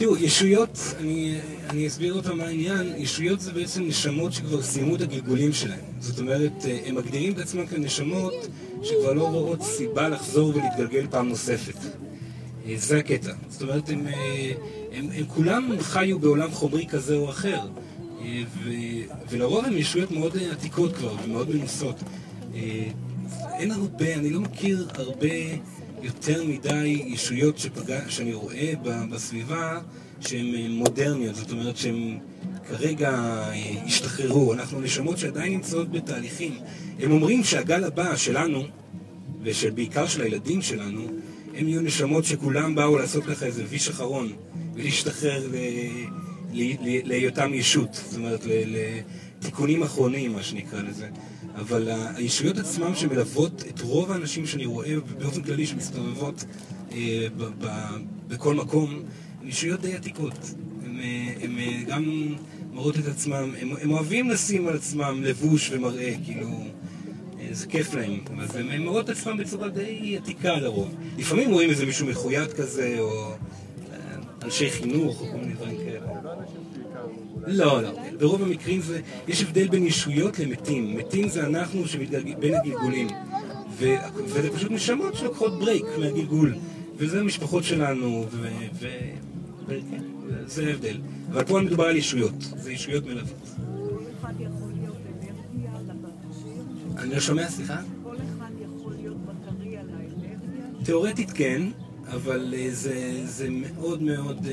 תראו, ישויות, אני אסביר אותם מה העניין. ישויות זה בעצם נשמות שכבר סיימו את הגלגולים שלהם. זאת אומרת, הם מגדירים את עצמם כנשמות שכבר לא רואות סיבה לחזור ולהתגלגל פעם נוספת. זה הקטע. זאת אומרת, הם כולם חיו בעולם חומרי כזה או אחר. ולרוב הם ישויות מאוד עתיקות כבר ומאוד מנוסות. אין הרבה, אני לא מכיר הרבה יותר מדי ישויות שאני רואה בסביבה שהן מודרניות, זאת אומרת שהן כרגע השתחררו. אנחנו נשמות שעדיין נמצאות בתהליכים. הם אומרים שהגל הבא שלנו, ובעיקר של הילדים שלנו, הם יהיו נשמות שכולם באו לעשות ככה איזה ויש אחרון ולהשתחרר להיותם ישות, זאת אומרת לתיקונים אחרונים, מה שנקרא לזה. אבל הישויות עצמם שמלוות את רוב האנשים שאני רואה באופן כללי שמסתובבות בכל מקום, הן ישויות די עתיקות. הם גם מראות את עצמם, הם אוהבים לשים על עצמם לבוש ומראה, כאילו זה כיף להם, אז הם מראות את עצמם בצורה די עתיקה לרוב. לפעמים רואים איזה מישהו מחויית כזה, או אנשי חינוך, או כל מיני דברים כאלה. לא. ברוב המקרים יש הבדל בין ישויות למתים. מתים זה אנחנו בין הגלגולים. וזה פשוט נשמות שלוקחות ברייק מהגלגול. וזה המשפחות שלנו, זה ההבדל. אבל פה מדובר על ישויות. זה ישויות מלוות. כל אחד יכול להיות אנרגיה למכשיר? אני לא שומע, סליחה? כל אחד יכול להיות בטרי על האנרגיה? תיאורטית כן, אבל זה מאוד מאוד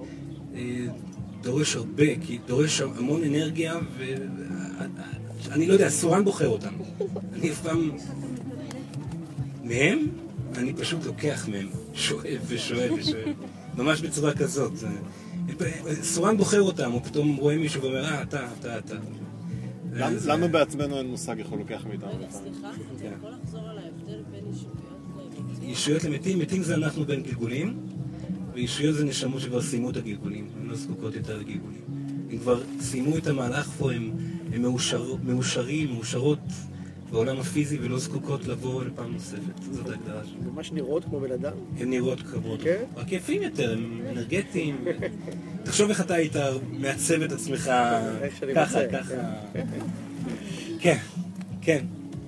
דורש הרבה, כי דורש המון אנרגיה, ואני לא יודע, סורן בוחר אותם. אני אף פעם... מהם? אני פשוט לוקח מהם, שואב ושואב. ממש בצורה כזאת. סורן בוחר אותם, הוא פתאום רואה מישהו ואומר, אתה. לנו בעצמנו אין מושג איך הוא לוקח מאיתנו. רגע, סליחה, אתה יכול לחזור על ההבדל בין ישויות למתים? ישויות למתים, מתים זה אנחנו בין גלגולים, וישויות זה נשמות שכבר סיימו את הגלגולים, הן לא זקוקות יותר לגלגולים. הם כבר סיימו את המהלך פה, הם מאושרות בעולם הפיזי ולא זקוקות לבוא לפעם נוספת. זאת ההגדרה שלנו. ממש נראות כמו בן אדם? הן נראות כבוד. כן? רק יפים יותר, הם אנרגטיים. תחשוב איך אתה היית מעצב את עצמך ככה. כן.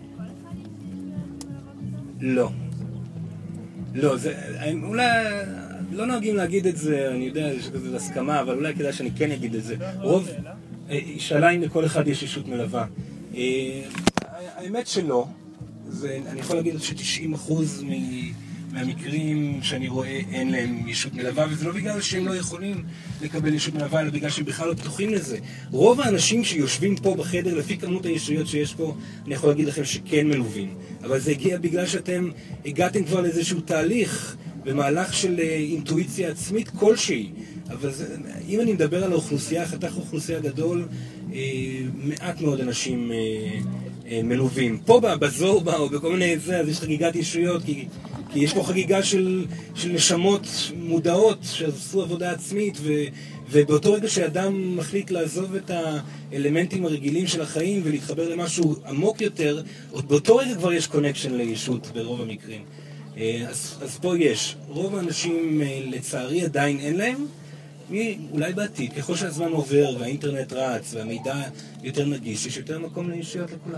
לא, זה... אולי... לא נוהגים להגיד את זה, אני יודע שזה הסכמה, אבל אולי כדאי שאני כן אגיד את זה. רוב... שאלה אם לכל אחד יש ישות מלווה. האמת שלא. אני יכול להגיד ש90% מהמקרים שאני רואה אין להם ישות מלווה, וזה לא בגלל שהם לא יכולים לקבל ישות מלווה, אלא בגלל שהם בכלל לא פתוחים לזה. רוב האנשים שיושבים פה בחדר, לפי כמות הישויות שיש פה, אני יכול להגיד לכם שכן מלווים. אבל זה הגיע בגלל שאתם הגעתם כבר לאיזשהו תהליך, במהלך של אינטואיציה עצמית כלשהי. אבל אם אני מדבר על האוכלוסייה, חתך אוכלוסייה גדול, מעט מאוד אנשים מלווים. פה בזורבה או בכל מיני זה, אז יש חגיגת ישויות, כי יש פה חגיגה של נשמות מודעות שעשו עבודה עצמית, ובאותו רגע שאדם מחליט לעזוב את האלמנטים הרגילים של החיים ולהתחבר למשהו עמוק יותר, עוד באותו רגע כבר יש קונקשן לישות ברוב המקרים. אז פה יש. רוב האנשים לצערי עדיין אין להם, אולי בעתיד, ככל שהזמן עובר והאינטרנט רץ והמידע יותר נגיש, יש יותר מקום לישויות לכולם.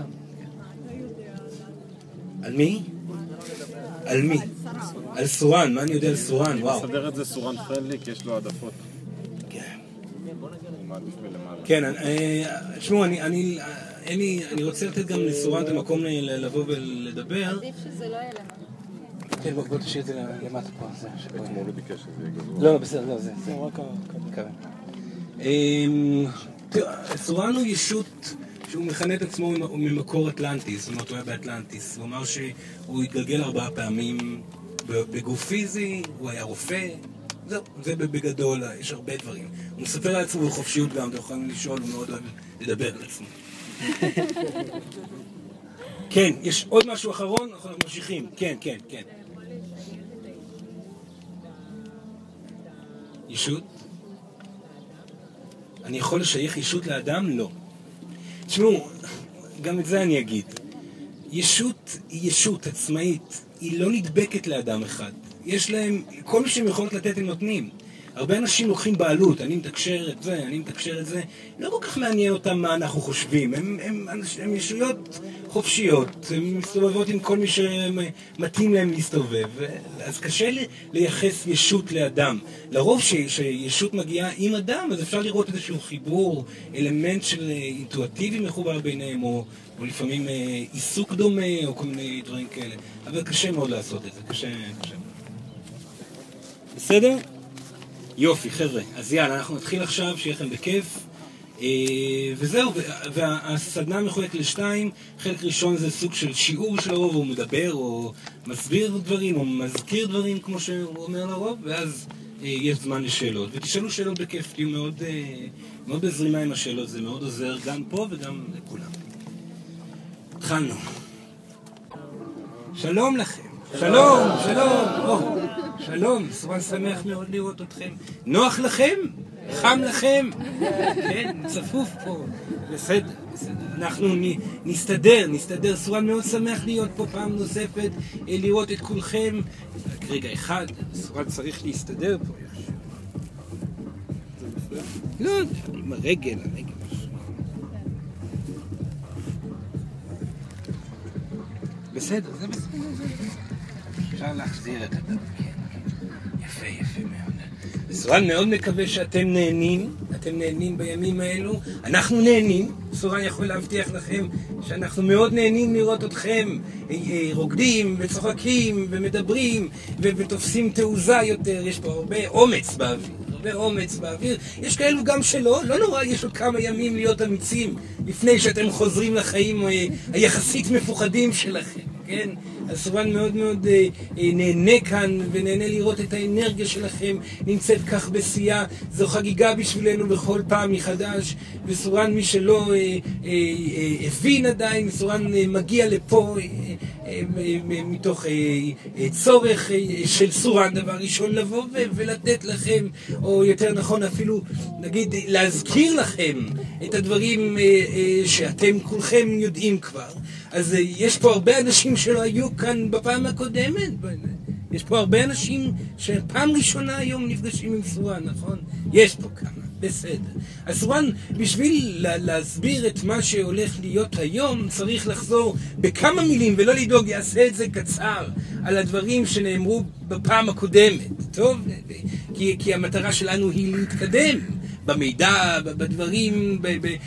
על מי? על מי? על סורן, מה אני יודע על סורן? וואו. מסדר את זה סורן פרנדלי, כי יש לו עדפות. כן. הוא מעדיף מלמעלה. כן, תשמעו, אני רוצה לתת גם לסורן את המקום לבוא ולדבר. עדיף שזה לא יהיה למעלה. כן, בוא תשאיר את זה למטה פה. אתמול הוא ביקש שזה יהיה גזור. לא, בסדר, לא, זה רק ככה. סורן הוא ישות שהוא מכנה את עצמו ממקור אטלנטיס, זאת אומרת הוא היה באטלנטיס. הוא אמר שהוא התגלגל 4 פעמים בגוף פיזי, הוא היה רופא, זהו, זה בגדול, יש הרבה דברים. הוא מספר על עצמו בחופשיות גם, אתם יכולים לשאול, הוא מאוד אוהב לדבר על עצמו. כן, יש עוד משהו אחרון, אנחנו ממשיכים. כן. ישות? אני יכול לשייך ישות לאדם? לא. תשמעו, גם את זה אני אגיד. ישות היא ישות עצמאית, היא לא נדבקת לאדם אחד. יש להם, כל מה שהם יכולות לתת הם נותנים. הרבה אנשים לוקחים בעלות, אני מתקשר את זה, אני מתקשר את זה, לא כל כך מעניין אותם מה אנחנו חושבים, הם ישויות חופשיות, הן מסתובבות עם כל מי שמתאים להם להסתובב, אז קשה לייחס ישות לאדם. לרוב שישות מגיעה עם אדם, אז אפשר לראות איזשהו חיבור, אלמנט של אינטואטיבי מחובר ביניהם, או לפעמים עיסוק דומה, או כל מיני דברים כאלה, אבל קשה מאוד לעשות את זה, קשה. בסדר? יופי, חבר'ה. אז יאללה, אנחנו נתחיל עכשיו, שיהיה לכם בכיף. וזהו, והסדנה מחולקת לשתיים. חלק ראשון זה סוג של שיעור של הרוב, הוא מדבר, או מסביר דברים, או מזכיר דברים, כמו שהוא אומר לרוב, ואז יש זמן לשאלות. ותשאלו שאלות בכיף, תהיו מאוד בזרימה עם השאלות, זה מאוד עוזר גם פה וגם לכולם. התחלנו. שלום לכם. שלום, שלום. שלום, סורן שמח מאוד לראות אתכם. נוח לכם? חם לכם? כן, צפוף פה. בסדר. אנחנו נסתדר. סורן מאוד שמח להיות פה פעם נוספת, לראות את כולכם. רק רגע אחד, סורן צריך להסתדר פה. לא, עם הרגל. בסדר, זה בסדר. אפשר להחזיר את הדבר. יפה מאוד. סורן מאוד מקווה שאתם נהנים בימים האלו. אנחנו נהנים. סורן יכול להבטיח לכם שאנחנו מאוד נהנים לראות אתכם רוקדים וצוחקים ומדברים ותופסים תעוזה יותר. יש פה הרבה אומץ באוויר. יש כאלו גם שלא, לא נורא, יש עוד כמה ימים להיות אמיצים לפני שאתם חוזרים לחיים היחסית מפוחדים שלכם, כן? אז סורן מאוד נהנה כאן ונהנה לראות את האנרגיה שלכם נמצאת כך בשיאה. זו חגיגה בשבילנו בכל פעם מחדש, וסורן מי שלא הבין עדיין, סורן מגיע לפה מתוך צורך של סורן דבר ראשון לבוא ולתת לכם, או יותר נכון אפילו נגיד להזכיר לכם את הדברים שאתם כולכם יודעים כבר. אז יש פה הרבה אנשים שלא היו כאן בפעם הקודמת. יש פה הרבה אנשים שפעם ראשונה היום נפגשים עם סורן, נכון? יש פה כמה, בסדר. אז סורן, בשביל להסביר את מה שהולך להיות היום, צריך לחזור בכמה מילים, ולא לדאוג, יעשה את זה קצר, על הדברים שנאמרו בפעם הקודמת. טוב? כי המטרה שלנו היא להתקדם. במידע, בדברים,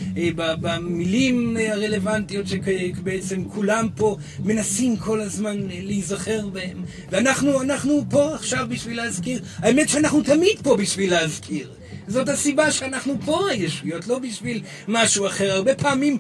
במילים הרלוונטיות שבעצם כולם פה מנסים כל הזמן להיזכר בהם. ואנחנו פה עכשיו בשביל להזכיר. האמת שאנחנו תמיד פה בשביל להזכיר. זאת הסיבה שאנחנו פה הישויות, לא בשביל משהו אחר. הרבה פעמים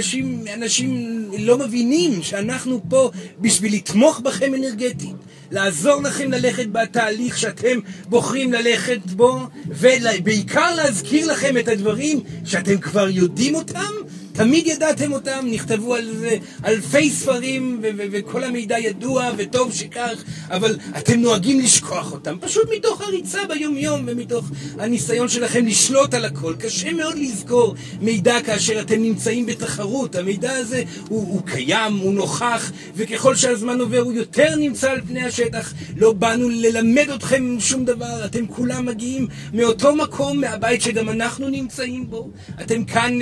אנשים לא מבינים שאנחנו פה בשביל לתמוך בכם אנרגטית, לעזור לכם ללכת בתהליך שאתם בוחרים ללכת בו, ובעיקר להזכיר לכם את הדברים שאתם כבר יודעים אותם, תמיד ידעתם אותם, נכתבו על זה אלפי ספרים וכל המידע ידוע וטוב שכך, אבל אתם נוהגים לשכוח אותם, פשוט מתוך הריצה ביום-יום ומתוך הניסיון שלכם לשלוט על הכל. קשה מאוד לזכור מידע כאשר אתם נמצאים בתחרות. המידע הזה הוא קיים, הוא נוכח, וככל שהזמן עובר הוא יותר נמצא על פני השטח. לא באנו ללמד אתכם שום דבר, אתם כולם מגיעים מאותו מקום, מהבית שגם אנחנו נמצאים בו. אתם כאן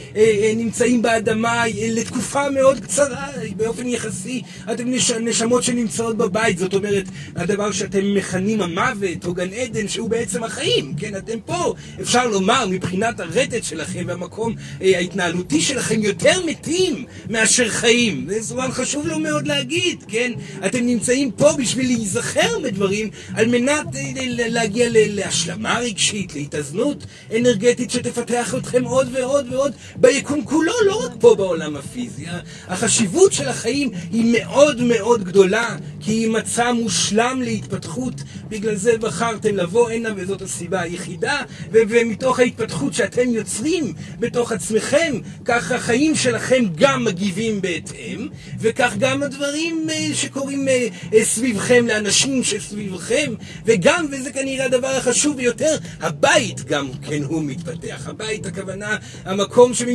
נמצאים באדמה לתקופה מאוד קצרה, באופן יחסי. אתם נשמות שנמצאות בבית, זאת אומרת, הדבר שאתם מכנים המוות או גן עדן, שהוא בעצם החיים, כן? אתם פה, אפשר לומר, מבחינת הרטט שלכם והמקום ההתנהלותי שלכם, יותר מתים מאשר חיים. זה זמן חשוב לו מאוד להגיד, כן? אתם נמצאים פה בשביל להיזכר בדברים, על מנת להגיע להשלמה רגשית, להתאזנות אנרגטית שתפתח אתכם עוד ועוד ועוד ביקום כולו, לא רק פה בעולם הפיזי. החשיבות של החיים היא מאוד מאוד גדולה, כי היא מצע מושלם להתפתחות. בגלל זה בחרתם לבוא הנה, וזאת הסיבה היחידה, ומתוך ההתפתחות שאתם יוצרים בתוך עצמכם, כך החיים שלכם גם מגיבים בהתאם, וכך גם הדברים שקורים סביבכם, לאנשים שסביבכם, וגם, וזה כנראה הדבר החשוב ביותר, הבית גם כן הוא מתפתח. הבית, הכוונה, המקום שממנו אתם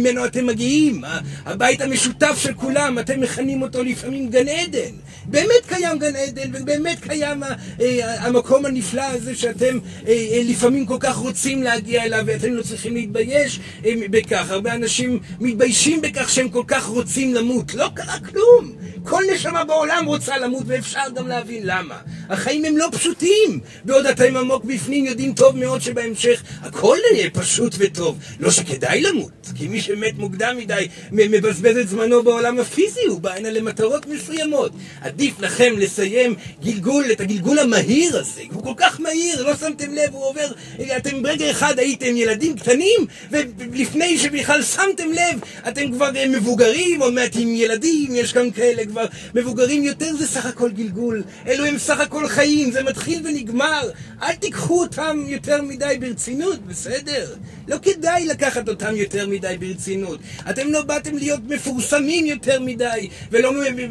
אתם מגיעים, הבית המשותף של כולם, אתם מכנים אותו לפעמים גן עדן. באמת קיים גן עדן, ובאמת קיים המקום הנפלא הזה שאתם לפעמים כל כך רוצים להגיע אליו, ואתם לא צריכים להתבייש בכך. הרבה אנשים מתביישים בכך שהם כל כך רוצים למות. לא קרה כלום. כל נשמה בעולם רוצה למות, ואפשר גם להבין למה. החיים הם לא פשוטים, בעוד אתם עמוק בפנים יודעים טוב מאוד שבהמשך הכל יהיה פשוט וטוב. לא שכדאי למות, כי מי שמת מוקדם מדי מבזבז את זמנו בעולם הפיזי, הוא בא הנה למטרות מסוימות. עדיף לכם לסיים את הגלגול המהיר הזה, הוא כל כך מהיר, לא שמתם לב, הוא עובר, אתם ברגע אחד הייתם ילדים קטנים, ולפני שבכלל שמתם לב, אתם כבר מבוגרים, עוד מעט עם ילדים, יש כאן כאלה כבר מבוגרים יותר, זה סך הכל גלגול, אלו הם סך הכל חיים, זה מתחיל ונגמר, אל תיקחו אותם יותר מדי ברצינות, בסדר? לא כדאי לקחת אותם יותר מדי ברצינות. אתם לא באתם להיות מפורסמים יותר מדי, ולא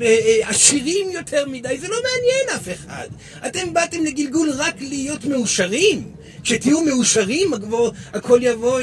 עשירים יותר מדי, זה לא מעניין אף אחד. אתם באתם לגלגול רק להיות מאושרים. כשתהיו מאושרים, הכל יבוא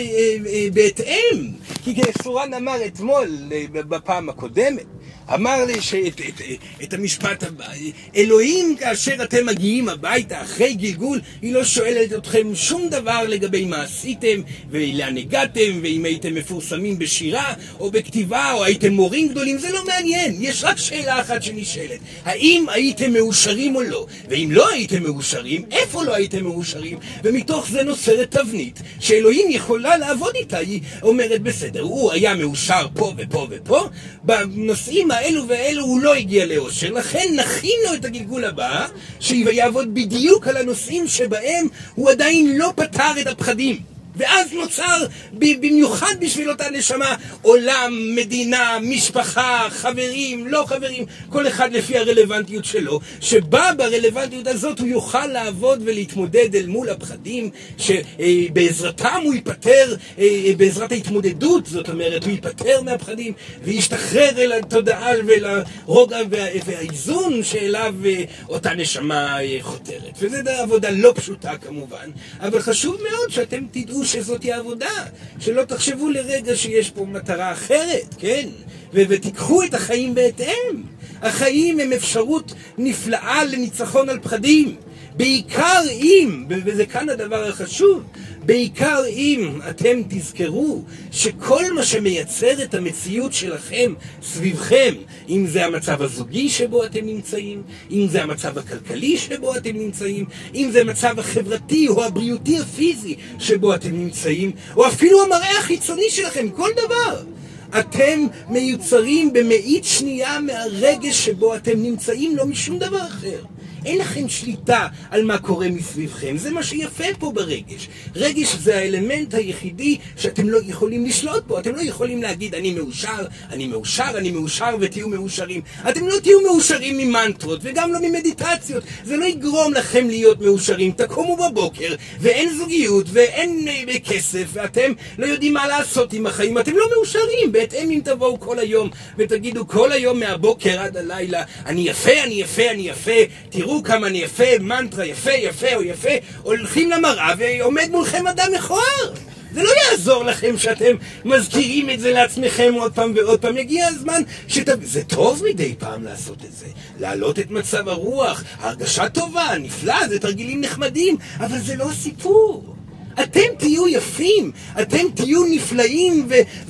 בהתאם. כי סורן אמר אתמול, בפעם הקודמת, אמר לי את המשפט הבא, אלוהים כאשר אתם מגיעים הביתה אחרי גלגול, היא לא שואלת אתכם שום דבר לגבי מה עשיתם ולאן הגעתם, ואם הייתם מפורסמים בשירה או בכתיבה או הייתם מורים גדולים, זה לא מעניין. יש רק שאלה אחת שנשאלת, האם הייתם מאושרים או לא? ואם לא הייתם מאושרים, איפה לא הייתם מאושרים? ומתוך זה נוצרת תבנית שאלוהים יכולה לעבוד איתה. היא אומרת בסדר, הוא היה מאושר פה ופה ופה, בנושאים האלו ואלו הוא לא הגיע לאושר, לכן נכין לו את הגלגול הבא שיעבוד בדיוק על הנושאים שבהם הוא עדיין לא פתר את הפחדים. ואז נוצר במיוחד בשביל אותה נשמה עולם, מדינה, משפחה, חברים, לא חברים, כל אחד לפי הרלוונטיות שלו, שבה ברלוונטיות הזאת הוא יוכל לעבוד ולהתמודד אל מול הפחדים, שבעזרתם הוא ייפטר, בעזרת ההתמודדות, זאת אומרת, הוא ייפטר מהפחדים וישתחרר אל התודעה ולרוגע והאיזון שאליו אותה נשמה חותרת. וזו עבודה לא פשוטה כמובן, אבל חשוב מאוד שאתם תדעו שזאת היא העבודה, שלא תחשבו לרגע שיש פה מטרה אחרת, כן? ותיקחו את החיים בהתאם. החיים הם אפשרות נפלאה לניצחון על פחדים. בעיקר אם, וזה כאן הדבר החשוב, בעיקר אם אתם תזכרו שכל מה שמייצר את המציאות שלכם סביבכם, אם זה המצב הזוגי שבו אתם נמצאים, אם זה המצב הכלכלי שבו אתם נמצאים, אם זה המצב החברתי או הבריאותי הפיזי שבו אתם נמצאים, או אפילו המראה החיצוני שלכם, כל דבר. אתם מיוצרים במאית שנייה מהרגש שבו אתם נמצאים, לא משום דבר אחר. אין לכם שליטה על מה קורה מסביבכם. זה מה שיפה פה ברגש. רגש זה האלמנט היחידי שאתם לא יכולים לשלוט בו. אתם לא יכולים להגיד אני מאושר, אני מאושר, אני מאושר ותהיו מאושרים. אתם לא תהיו מאושרים ממנטרות וגם לא ממדיטציות. זה לא יגרום לכם להיות מאושרים. תקומו בבוקר ואין זוגיות ואין כסף ואתם לא יודעים מה לעשות עם החיים. אתם לא מאושרים. בהתאם אם תבואו כל היום ותגידו כל היום מהבוקר עד הלילה אני יפה, אני יפה, אני יפה, תראו כמה אני יפה, מנטרה יפה, יפה או יפה, הולכים למראה ועומד מולכם אדם מכוער. זה לא יעזור לכם שאתם מזכירים את זה לעצמכם עוד פעם ועוד פעם. יגיע הזמן זה טוב מדי פעם לעשות את זה, להעלות את מצב הרוח, הרגשה טובה, נפלא, זה תרגילים נחמדים, אבל זה לא הסיפור. אתם תהיו יפים, אתם תהיו נפלאים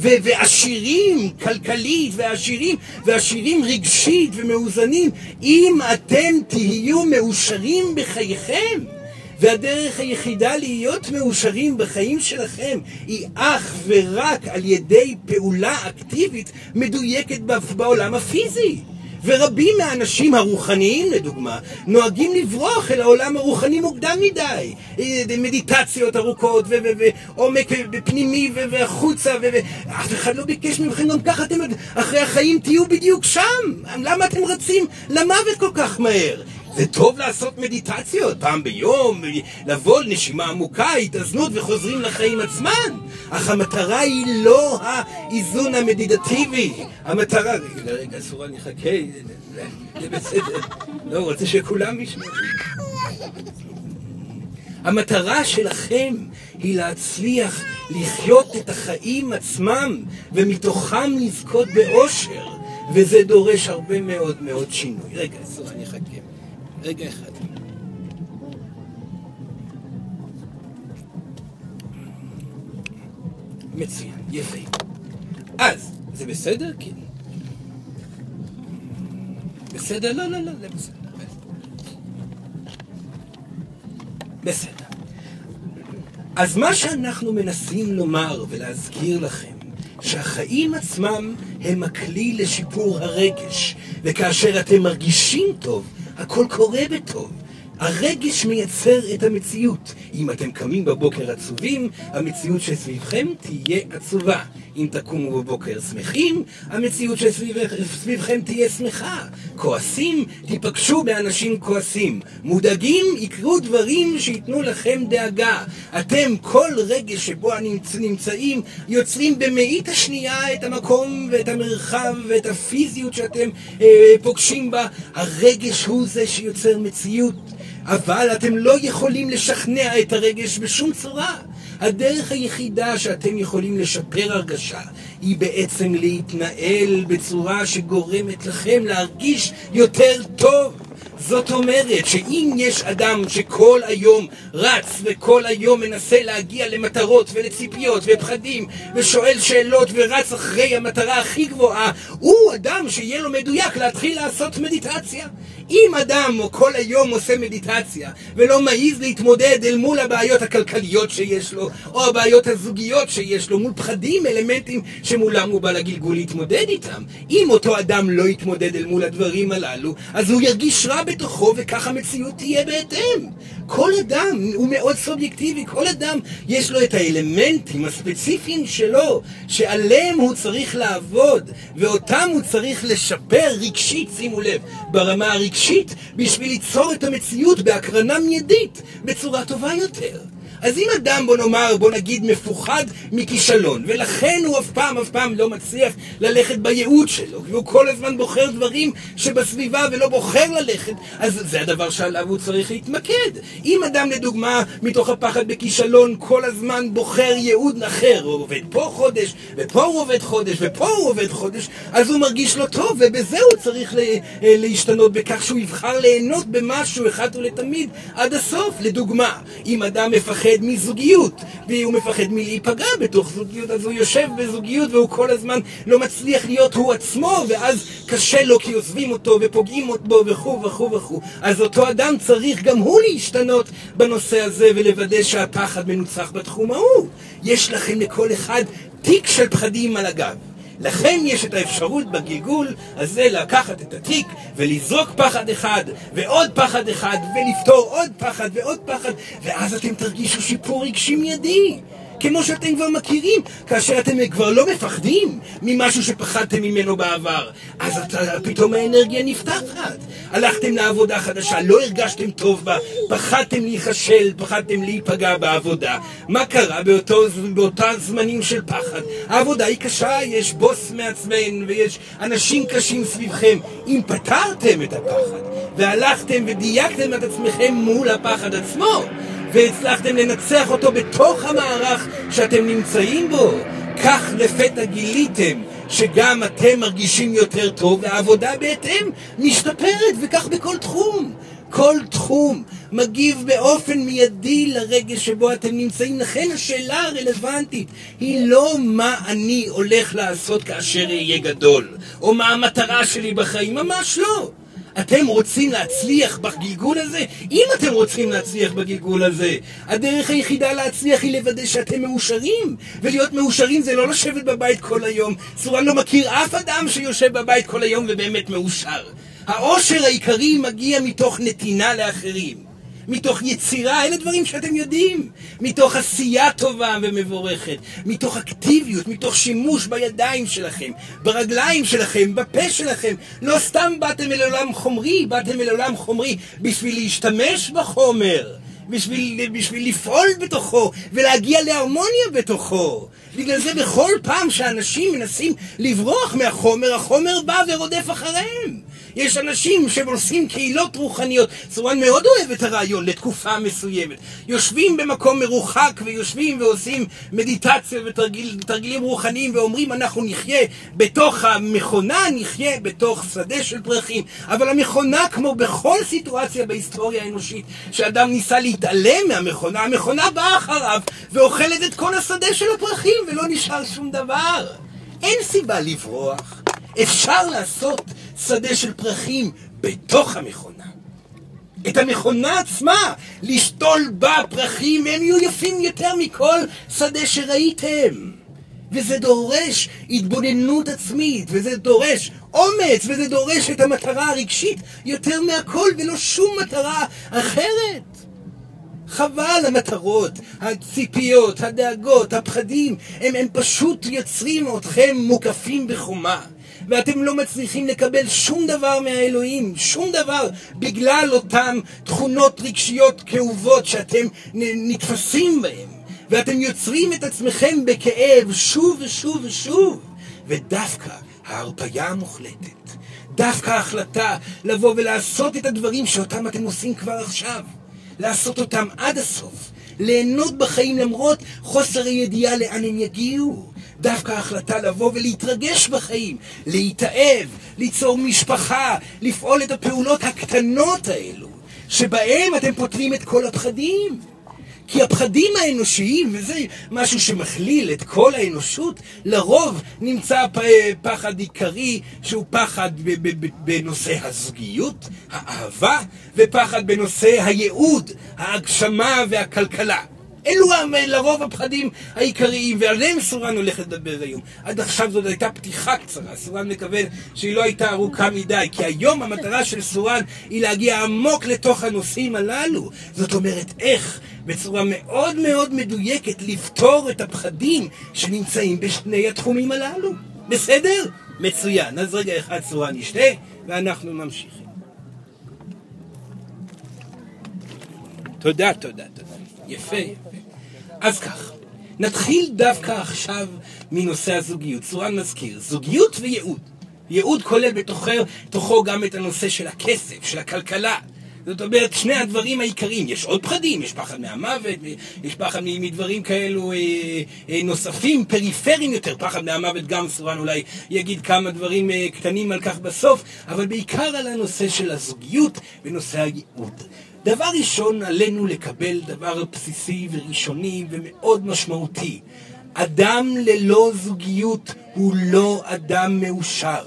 ועשירים כלכלית, ועשירים רגשית ומאוזנים, אם אתם תהיו מאושרים בחייכם. והדרך היחידה להיות מאושרים בחיים שלכם היא אך ורק על ידי פעולה אקטיבית מדויקת בעולם הפיזי. ורבים מהאנשים הרוחניים, לדוגמה, נוהגים לברוח אל העולם הרוחני מוקדם מדי. מדיטציות ארוכות, ועומק פנימי, והחוצה, אף אחד לא ביקש מכם גם ככה, אתם אחרי החיים תהיו בדיוק שם. למה אתם רצים למוות כל כך מהר? זה טוב לעשות מדיטציות פעם ביום, לבוא לנשימה עמוקה, התאזנות וחוזרים לחיים עצמן. אך המטרה היא לא האיזון המדיטטיבי. המטרה... רגע, סורה, אני חכה, זה בסדר. לא, רוצה שכולם ישמעו. המטרה שלכם היא להצליח לחיות את החיים עצמם, ומתוכם לזכות באושר, וזה דורש הרבה מאוד מאוד שינוי. רגע, אני אחכה. רגע אחד. מצוין, יפה. אז, זה בסדר? כן. בסדר? לא, בסדר. בסדר. אז מה שאנחנו מנסים לומר ולהזכיר לכם, שהחיים עצמם הם הכלי לשיפור הרגש, וכאשר אתם מרגישים טוב, הכל קורה בטוב. הרגש מייצר את המציאות. אם אתם קמים בבוקר עצובים, המציאות שסביבכם תהיה עצובה. אם תקומו בבוקר שמחים, המציאות שסביבכם תהיה שמחה. כועסים, תיפגשו באנשים כועסים. מודאגים, יקרו דברים שיתנו לכם דאגה. אתם, כל רגש שבו נמצאים, יוצרים במאית השנייה את המקום ואת המרחב ואת הפיזיות שאתם פוגשים בה. הרגש הוא זה שיוצר מציאות. אבל אתם לא יכולים לשכנע את הרגש בשום צורה. הדרך היחידה שאתם יכולים לשפר הרגשה היא בעצם להתנהל בצורה שגורמת לכם להרגיש יותר טוב. זאת אומרת שאם יש אדם שכל היום רץ וכל היום מנסה להגיע למטרות ולציפיות ופחדים ושואל שאלות ורץ אחרי המטרה הכי גבוהה, הוא אדם שיהיה לו מדויק להתחיל לעשות מדיטציה. אם אדם כל היום עושה מדיטציה ולא מעיז להתמודד אל מול הבעיות הכלכליות שיש לו או הבעיות הזוגיות שיש לו, מול פחדים, אלמנטים שמולם הוא בא לגלגול להתמודד איתם, אם אותו אדם לא יתמודד אל מול הדברים הללו, אז הוא ירגיש רע בתוכו, וכך המציאות תהיה בהתאם. כל אדם הוא מאוד סובייקטיבי, כל אדם יש לו את האלמנטים הספציפיים שלו שעליהם הוא צריך לעבוד, ואותם הוא צריך לשפר רגשית, שימו לב, ברמה הרגשית, בשביל ליצור את המציאות בהקרנה מיידית בצורה טובה יותר. אז אם אדם, בוא נגיד, מפוחד מכישלון, ולכן הוא אף פעם לא מצליח ללכת בייעוד שלו, והוא כל הזמן בוחר דברים שבסביבה ולא בוחר ללכת, אז זה הדבר שעליו הוא צריך להתמקד. אם אדם, לדוגמה, מתוך הפחד בכישלון, כל הזמן בוחר ייעוד אחר, הוא עובד פה חודש, ופה הוא עובד חודש, ופה הוא עובד חודש, אז הוא מרגיש לא טוב, ובזה הוא צריך להשתנות בכך שהוא יבחר ליהנות במשהו אחד ולתמיד עד הסוף. לדוגמה, אם אדם מפחד מזוגיות, והוא מפחד מלהיפגע בתוך זוגיות, אז הוא יושב בזוגיות והוא כל הזמן לא מצליח להיות הוא עצמו, ואז קשה לו כי עוזבים אותו ופוגעים בו וכו'. אז אותו אדם צריך גם הוא להשתנות בנושא הזה ולוודא שהפחד מנוצח בתחום ההוא. יש לכם לכל אחד תיק של פחדים על הגב. לכן יש את האפשרות בגלגול הזה לקחת את התיק ולזרוק פחד אחד ועוד פחד אחד ולפתור עוד פחד ועוד פחד, ואז אתם תרגישו שיפור רגשי מיידי, כמו שאתם כבר מכירים. כאשר אתם כבר לא מפחדים ממשהו שפחדתם ממנו בעבר, אז פתאום האנרגיה נפתחת. הלכתם לעבודה חדשה, לא הרגשתם טוב בה, פחדתם להיחשל, פחדתם להיפגע בעבודה. מה קרה באותה זמנים של פחד? העבודה היא קשה, יש בוס מעצבן ויש אנשים קשים סביבכם. אם פתרתם את הפחד והלכתם ודייקתם את עצמכם מול הפחד עצמו, והצלחתם לנצח אותו בתוך המערך שאתם נמצאים בו, כך לפתע גיליתם שגם אתם מרגישים יותר טוב, והעבודה בהתאם משתפרת, וכך בכל תחום. כל תחום מגיב באופן מיידי לרגש שבו אתם נמצאים. לכן השאלה הרלוונטית היא לא מה אני הולך לעשות כאשר אהיה גדול, או מה המטרה שלי בחיים, ממש לא. אתם רוצים להצליח בגלגול הזה? אם אתם רוצים להצליח בגלגול הזה, הדרך היחידה להצליח היא לוודא שאתם מאושרים. ולהיות מאושרים זה לא לשבת בבית כל היום. סורן לא מכיר אף אדם שיושב בבית כל היום ובאמת מאושר. האושר העיקרי מגיע מתוך נתינה לאחרים, מתוך יצירה, אלה דברים שאתם יודעים, מתוך עשייה טובה ומבורכת, מתוך אקטיביות, מתוך שימוש בידיים שלכם, ברגליים שלכם, בפה שלכם. לא סתם באתם אל עולם חומרי, באתם אל עולם חומרי בשביל להשתמש בחומר, בשביל לפעול בתוכו ולהגיע להרמוניה בתוכו. בגלל זה בכל פעם שאנשים מנסים לברוח מהחומר, החומר בא ורודף אחריהם. יש אנשים שעושים קהילות רוחניות. סורן מאוד אוהב את הרעיון לתקופה מסוימת. יושבים במקום מרוחק ויושבים ועושים מדיטציה ותרגילים רוחניים ואומרים אנחנו נחיה בתוך המכונה, נחיה בתוך שדה של פרחים. אבל המכונה, כמו בכל סיטואציה בהיסטוריה האנושית שאדם ניסה להתעלם מהמכונה, המכונה באה אחריו ואוכלת את כל השדה של הפרחים ולא נשאר שום דבר. אין סיבה לברוח. אפשר לעשות שדה של פרחים בתוך המכונה. את המכונה עצמה, לשתול בה פרחים, הם יהיו יפים יותר מכל שדה שראיתם. וזה דורש התבוננות עצמית, וזה דורש אומץ, וזה דורש את המטרה הרגשית יותר מהכל ולא שום מטרה אחרת. חבל המטרות, הציפיות, הדאגות, הפחדים, הם פשוט יוצרים אתכם מוקפים בחומה. ואתם לא מצליחים לקבל שום דבר מהאלוהים, שום דבר, בגלל אותם תכונות רגשיות כאובות שאתם נתפסים בהם. ואתם יוצרים את עצמכם בכאב שוב ושוב ושוב. ודווקא ההרפיה המוחלטת, דווקא ההחלטה לבוא ולעשות את הדברים שאותם אתם עושים כבר עכשיו, לעשות אותם עד הסוף, ליהנות בחיים למרות חוסר הידיעה לאן הם יגיעו. דווקא ההחלטה לבוא ולהתרגש בחיים, להתאהב, ליצור משפחה, לפעול את הפעולות הקטנות האלו, שבהם אתם פותרים את כל הפחדים. כי הפחדים האנושיים, וזה משהו שמכליל את כל האנושות, לרוב נמצא פחד עיקרי שהוא פחד בנושא הזוגיות, האהבה, ופחד בנושא הייעוד, ההגשמה והכלכלה. אלו לרוב הפחדים העיקריים, ועליהם סורן הולך לדבר היום. עד עכשיו זאת הייתה פתיחה קצרה, סורן מקווה שהיא לא הייתה ארוכה מדי, כי היום המטרה של סורן היא להגיע עמוק לתוך הנושאים הללו. זאת אומרת, איך בצורה מאוד מאוד מדויקת לפתור את הפחדים שנמצאים בשני התחומים הללו. בסדר? מצוין. אז רגע אחד סורן ישתה, ואנחנו ממשיכים. תודה, תודה, תודה. יפה, יפה. אז כך, נתחיל דווקא עכשיו מנושא הזוגיות. סורן מזכיר, זוגיות וייעוד. ייעוד כולל בתוכו גם את הנושא של הכסף, של הכלכלה. זאת אומרת, שני הדברים העיקריים. יש עוד פחדים, יש פחד מהמוות, יש פחד מדברים כאלו נוספים, פריפריים יותר. פחד מהמוות, גם סורן אולי יגיד כמה דברים קטנים על כך בסוף, אבל בעיקר על הנושא של הזוגיות ונושא הייעוד. דבר ראשון, עלינו לקבל דבר בסיסי וראשוני ומאוד משמעותי. אדם ללא זוגיות הוא לא אדם מאושר.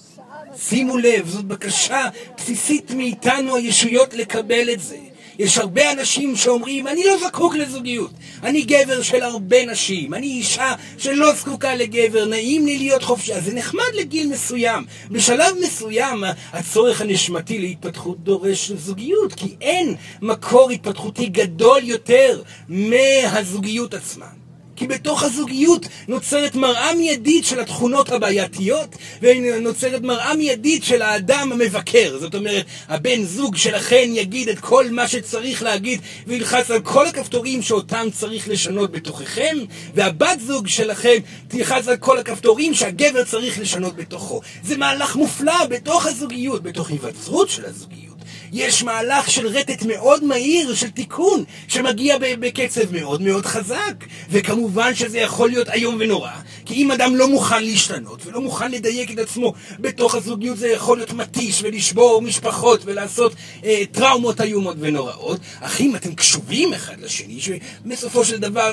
שימו לב, זאת בקשה בסיסית מאיתנו הישויות לקבל את זה. יש הרבה אנשים שאומרים, אני לא זקוק לזוגיות. אני גבר של הרבה נשים. אני אישה שלא זקוקה לגבר. נעים לי להיות חופשי. אז זה נחמד לגיל מסוים. בשלב מסוים, הצורך הנשמתי להתפתחות דורש זוגיות. כי אין מקור התפתחותי גדול יותר מהזוגיות עצמה. כי בתוך הזוגיות נוצרת מראה מיידית של התכונות הבעייתיות, ונוצרת מראה מיידית של האדם המבקר. זאת אומרת, הבן זוג שלכן יגיד את כל מה שצריך להגיד, וילחץ על כל הכפתורים שאותם צריך לשנות בתוככם, והבת זוג שלכם תלחץ על כל הכפתורים שהגבר צריך לשנות בתוכו. זה מהלך מופלא בתוך הזוגיות, בתוך היווצרות של הזוגיות. יש מהלך של רטט מאוד מהיר, של תיקון, שמגיע בקצב מאוד מאוד חזק. וכמובן שזה יכול להיות איום ונורא, כי אם אדם לא מוכן להשתנות ולא מוכן לדייק את עצמו בתוך הזוגיות, זה יכול להיות מתיש ולשבור משפחות ולעשות טראומות איומות ונוראות. אך אם אתם קשובים אחד לשני, שבסופו של דבר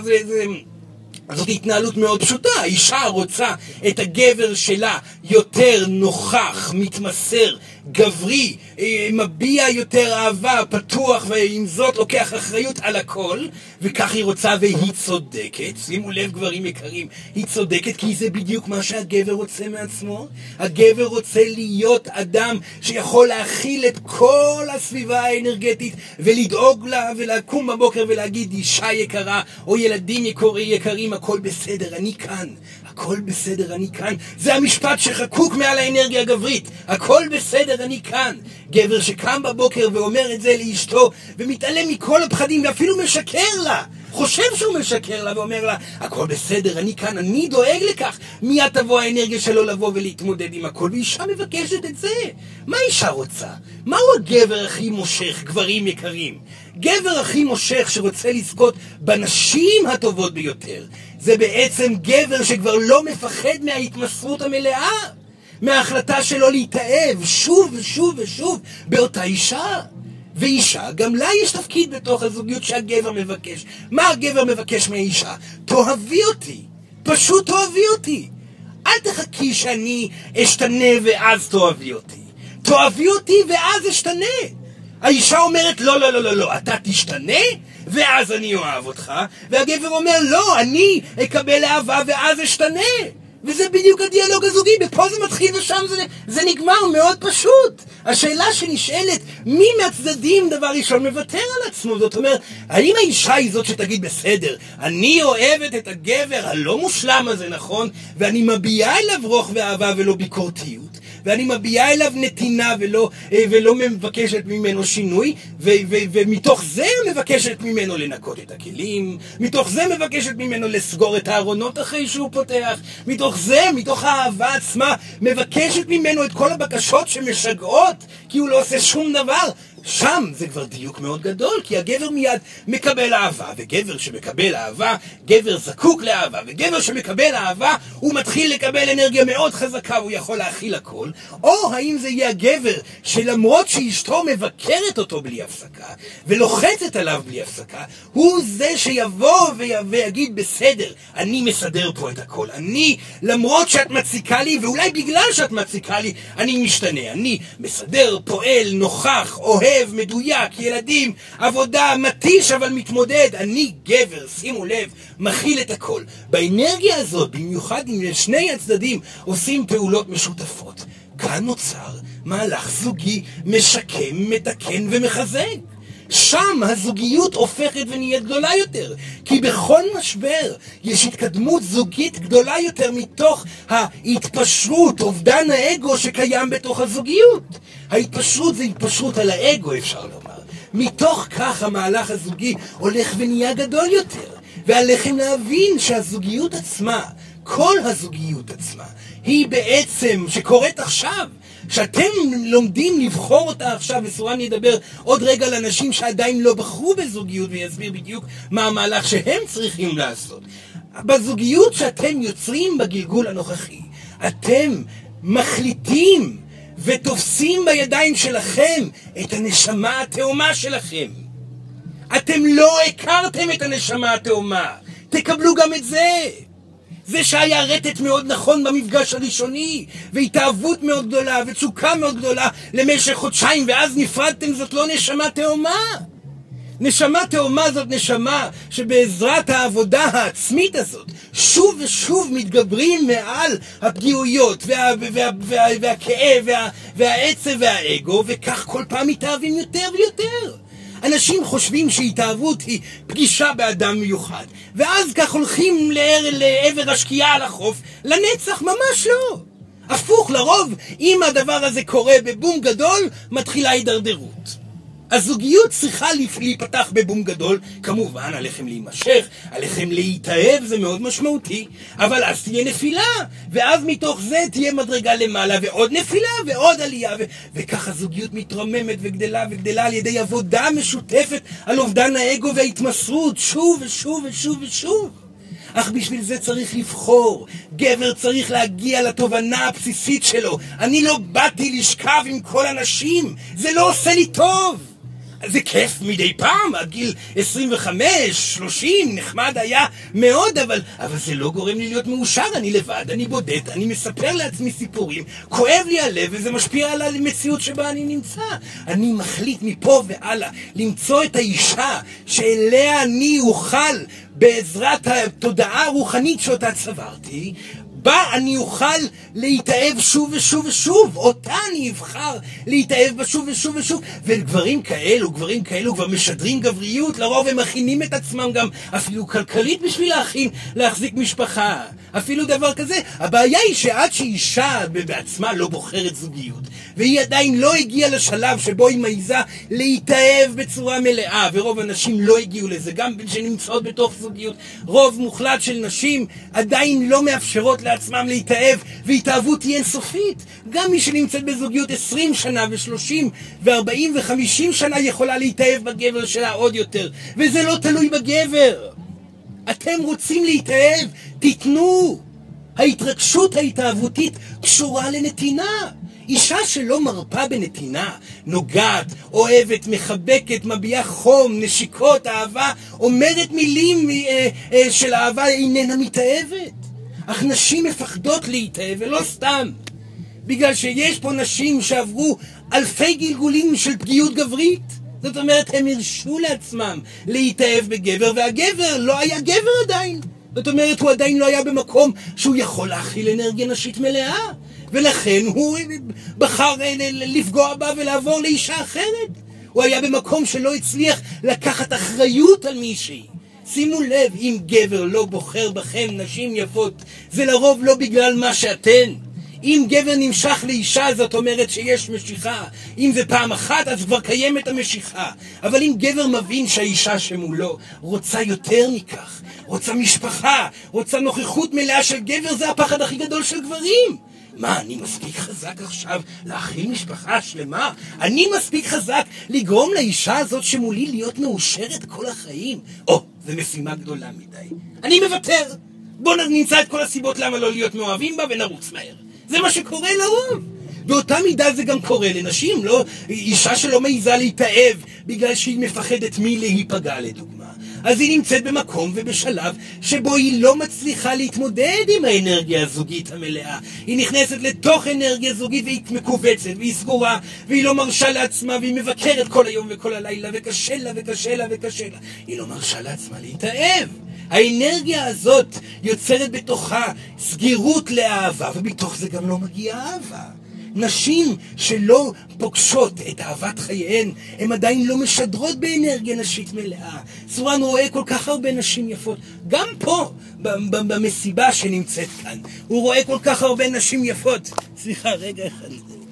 זאת התנהלות מאוד פשוטה. האישה רוצה את הגבר שלה יותר נוכח, מתמסר, גברי, מביע יותר אהבה, פתוח, ועם זאת לוקח אחריות על הכל, וכך היא רוצה והיא צודקת. שימו לב גברים יקרים, היא צודקת כי זה בדיוק מה שהגבר רוצה מעצמו. הגבר רוצה להיות אדם שיכול להכיל את כל הסביבה האנרגטית ולדאוג לה ולקום בבוקר ולהגיד אישה יקרה או ילדים יקרים, הכל בסדר, אני כאן. הכל בסדר, אני כאן. זה המשפט שחקוק מעל האנרגיה הגברית. הכל בסדר, אני כאן. גבר שקם בבוקר ואומר את זה לאשתו ומתעלם מכל הפחדים ואפילו משקר לה. חושב שהוא משקר לה ואומר לה, הכל בסדר, אני כאן, אני דואג לכך. מיד תבוא האנרגיה שלו לבוא ולהתמודד עם הכל, ואישה מבקשת את זה. מה אישה רוצה? מהו הגבר הכי מושך, גברים יקרים? גבר הכי מושך שרוצה לזכות בנשים הטובות ביותר. זה בעצם גבר שכבר לא מפחד מההתמסרות המלאה. מההחלטה שלו להתאהב שוב ושוב ושוב באותה אישה. ואישה, גם לה יש תפקיד בתוך הזוגיות שהגבר מבקש. מה הגבר מבקש מהאישה? תאהבי אותי. פשוט תאהבי אותי. אל תחכי שאני אשתנה ואז תאהבי אותי. תאהבי אותי ואז אשתנה. האישה אומרת, לא, לא, לא, לא, לא, אתה תשתנה ואז אני אוהב אותך. והגבר אומר, לא, אני אקבל אהבה ואז אשתנה. וזה בדיוק הדיאלוג הזוגי, ופה זה מתחיל ושם זה נגמר, מאוד פשוט. השאלה שנשאלת, מי מהצדדים דבר ראשון מוותר על עצמו? זאת אומרת, האם האישה היא זאת שתגיד בסדר, אני אוהבת את הגבר הלא מושלם הזה, נכון? ואני מביעה אליו רוח ואהבה ולא ביקורתיות. ואני מביעה אליו נתינה ולא מבקשת ממנו שינוי, ומתוך זה מבקשת ממנו לנקות את הכלים, מתוך זה מבקשת ממנו לסגור את הארונות אחרי שהוא פותח, מתוך זה, מתוך האהבה עצמה, מבקשת ממנו את כל הבקשות שמשגעות, כי הוא לא עושה שום דבר. שם זה כבר דיוק מאוד גדול, כי הגבר מיד מקבל אהבה, וגבר שמקבל אהבה, גבר זקוק לאהבה, וגבר שמקבל אהבה, הוא מתחיל לקבל אנרגיה מאוד חזקה, הוא יכול להכיל הכל. או האם זה יהיה הגבר שלמרות שאשתו מבקרת אותו בלי הפסקה, ולוחצת עליו בלי הפסקה, הוא זה שיבוא ויגיד בסדר, אני מסדר פה את הכל, אני, למרות שאת מציקה לי, ואולי בגלל שאת מציקה לי, אני משתנה, אני מסדר, פועל, נוכח, אוהב, מדויק, ילדים, עבודה, מתיש אבל מתמודד. אני גבר, שימו לב, מכיל את הכל. באנרגיה הזאת, במיוחד אם שני הצדדים עושים פעולות משותפות, כאן נוצר מהלך זוגי משקם, מתקן ומחזק. שם הזוגיות הופכת ונהיית גדולה יותר, כי בכל משבר יש התקדמות זוגית גדולה יותר מתוך ההתפשרות, אובדן האגו שקיים בתוך הזוגיות. ההתפשרות זה התפשרות על האגו, אפשר לומר. מתוך כך המהלך הזוגי הולך ונהיה גדול יותר, ועליכם להבין שהזוגיות עצמה, כל הזוגיות עצמה, היא בעצם שקורית עכשיו, שאתם לומדים לבחור אותה עכשיו, וסורן ידבר עוד רגע על אנשים שעדיין לא בחרו בזוגיות, ויסביר בדיוק מה המהלך שהם צריכים לעשות. בזוגיות שאתם יוצרים בגלגול הנוכחי, אתם מחליטים ותופסים בידיים שלכם את הנשמה התאומה שלכם. אתם לא הכרתם את הנשמה התאומה, תקבלו גם את זה. זה שהיה רטט מאוד נכון במפגש הראשוני, והתאהבות מאוד גדולה, ותשוקה מאוד גדולה למשך חודשיים, ואז נפרדתם, זאת לא נשמה תאומה. נשמה תאומה זאת נשמה שבעזרת העבודה העצמית הזאת, שוב ושוב מתגברים מעל הפגיעויות, והכאב, והעצב והאגו, וכך כל פעם מתאהבים יותר ויותר. אנשים חושבים שהתאהבות היא פגישה באדם מיוחד, ואז כך הולכים לעבר השקיעה על החוף, לנצח ממש לא. הפוך, לרוב, אם הדבר הזה קורה בבום גדול, מתחילה הידרדרות. הזוגיות צריכה להיפתח בבום גדול, כמובן עליכם להימשך, עליכם להתאהב, זה מאוד משמעותי, אבל אז תהיה נפילה, ואז מתוך זה תהיה מדרגה למעלה, ועוד נפילה ועוד עלייה, וכך הזוגיות מתרוממת וגדלה וגדלה על ידי עבודה משותפת על אובדן האגו וההתמסרות, שוב ושוב ושוב ושוב. אך בשביל זה צריך לבחור. גבר צריך להגיע לתובנה הבסיסית שלו. אני לא באתי לשכב עם כל אנשים, זה לא עושה לי טוב. זה כיף מדי פעם, עד גיל 25, 30, נחמד היה מאוד, אבל זה לא גורם לי להיות מאושר. אני לבד, אני בודד, אני מספר לעצמי סיפורים, כואב לי הלב, וזה משפיע על המציאות שבה אני נמצא. אני מחליט מפה והלאה למצוא את האישה שאליה אני אוכל בעזרת התודעה הרוחנית שאותה צברתי, בה אני אוכל להתאהב שוב ושוב ושוב, אותה אני אבחר להתאהב בה שוב ושוב ושוב. וגברים כאלו כבר משדרים גבריות, לרוב הם מכינים את עצמם גם אפילו כלכלית בשביל להחזיק משפחה, אפילו דבר כזה. הבעיה היא שעד שאישה בעצמה לא בוחרת זוגיות, והיא עדיין לא הגיעה לשלב שבו היא מעיזה להתאהב בצורה מלאה, ורוב הנשים לא הגיעו לזה, גם שנמצאות בתוך זוגיות, רוב מוחלט של נשים עדיין לא מאפשרות לעצמם להתאהב, והתאהבות תהיה אינסופית. גם מי שנמצאת בזוגיות 20 שנה ו30 ו40 ו50 שנה יכולה להתאהב בגבר שלה עוד יותר, וזה לא תלוי בגבר. אתם רוצים להתאהב, תיתנו. ההתרגשות ההתאהבותית קשורה לנתינה. אישה שלא מרפה בנתינה, נוגעת, אוהבת, מחבקת, מביעה חום, נשיקות, אהבה, אומרת מילים של אהבה, איננה מתאהבת. אך נשים מפחדות להתאהב, ולא סתם. בגלל שיש פה נשים שעברו אלפי גלגולים של פגיעות גברית. זאת אומרת, הם הרשו לעצמם להתאהב בגבר, והגבר לא היה גבר עדיין. זאת אומרת, הוא עדיין לא היה במקום שהוא יכול להכיל אנרגיה נשית מלאה. ולכן הוא בחר לפגוע בה ולעבור לאישה אחרת. הוא היה במקום שלא הצליח לקחת אחריות על מישהי. שימו לב, אם גבר לא בוחר בכם נשים יפות, זה לרוב לא בגלל מה שאתן. אם גבר נמשך לאישה, זאת אומרת שיש משיכה. אם זה פעם אחת, אז כבר קיימת המשיכה. אבל אם גבר מבין שהאישה שמולו רוצה יותר מכך, רוצה משפחה, רוצה נוכחות מלאה של גבר, זה הפחד הכי גדול של גברים. מה, אני מספיק חזק עכשיו להכיל משפחה שלמה? אני מספיק חזק לגרום לאישה הזאת שמולי להיות מאושרת כל החיים? זה משימה גדולה מדי. אני מוותר. בוא נמצא את כל הסיבות למה לא להיות מאוהבים בה ונרוץ מהר. זה מה שקורה לרוב. באותה מידה זה גם קורה לנשים, לא? אישה שלא מעיזה להתאהב בגלל שהיא מפחדת להיפגע לדוגמה. אז היא נמצאת במקום ובשלב שבו היא לא מצליחה להתמודד עם האנרגיה הזוגית המלאה. היא נכנסת לתוך אנרגיה זוגית והיא מקובצת והיא סגורה והיא לא מרשה לעצמה והיא מבקרת כל היום וכל הלילה וקשה לה וקשה לה וקשה לה. היא לא מרשה לעצמה להתאהב. האנרגיה הזאת יוצרת בתוכה סגירות לאהבה, ובתוך זה גם לא מגיעה אהבה. נשים שלא פוגשות את אהבת חייהן, הן עדיין לא משדרות באנרגיה נשית מלאה. סורן רואה כל כך הרבה נשים יפות, גם פה, במסיבה שנמצאת כאן, הוא רואה כל כך הרבה נשים יפות, סליחה, רגע אחד,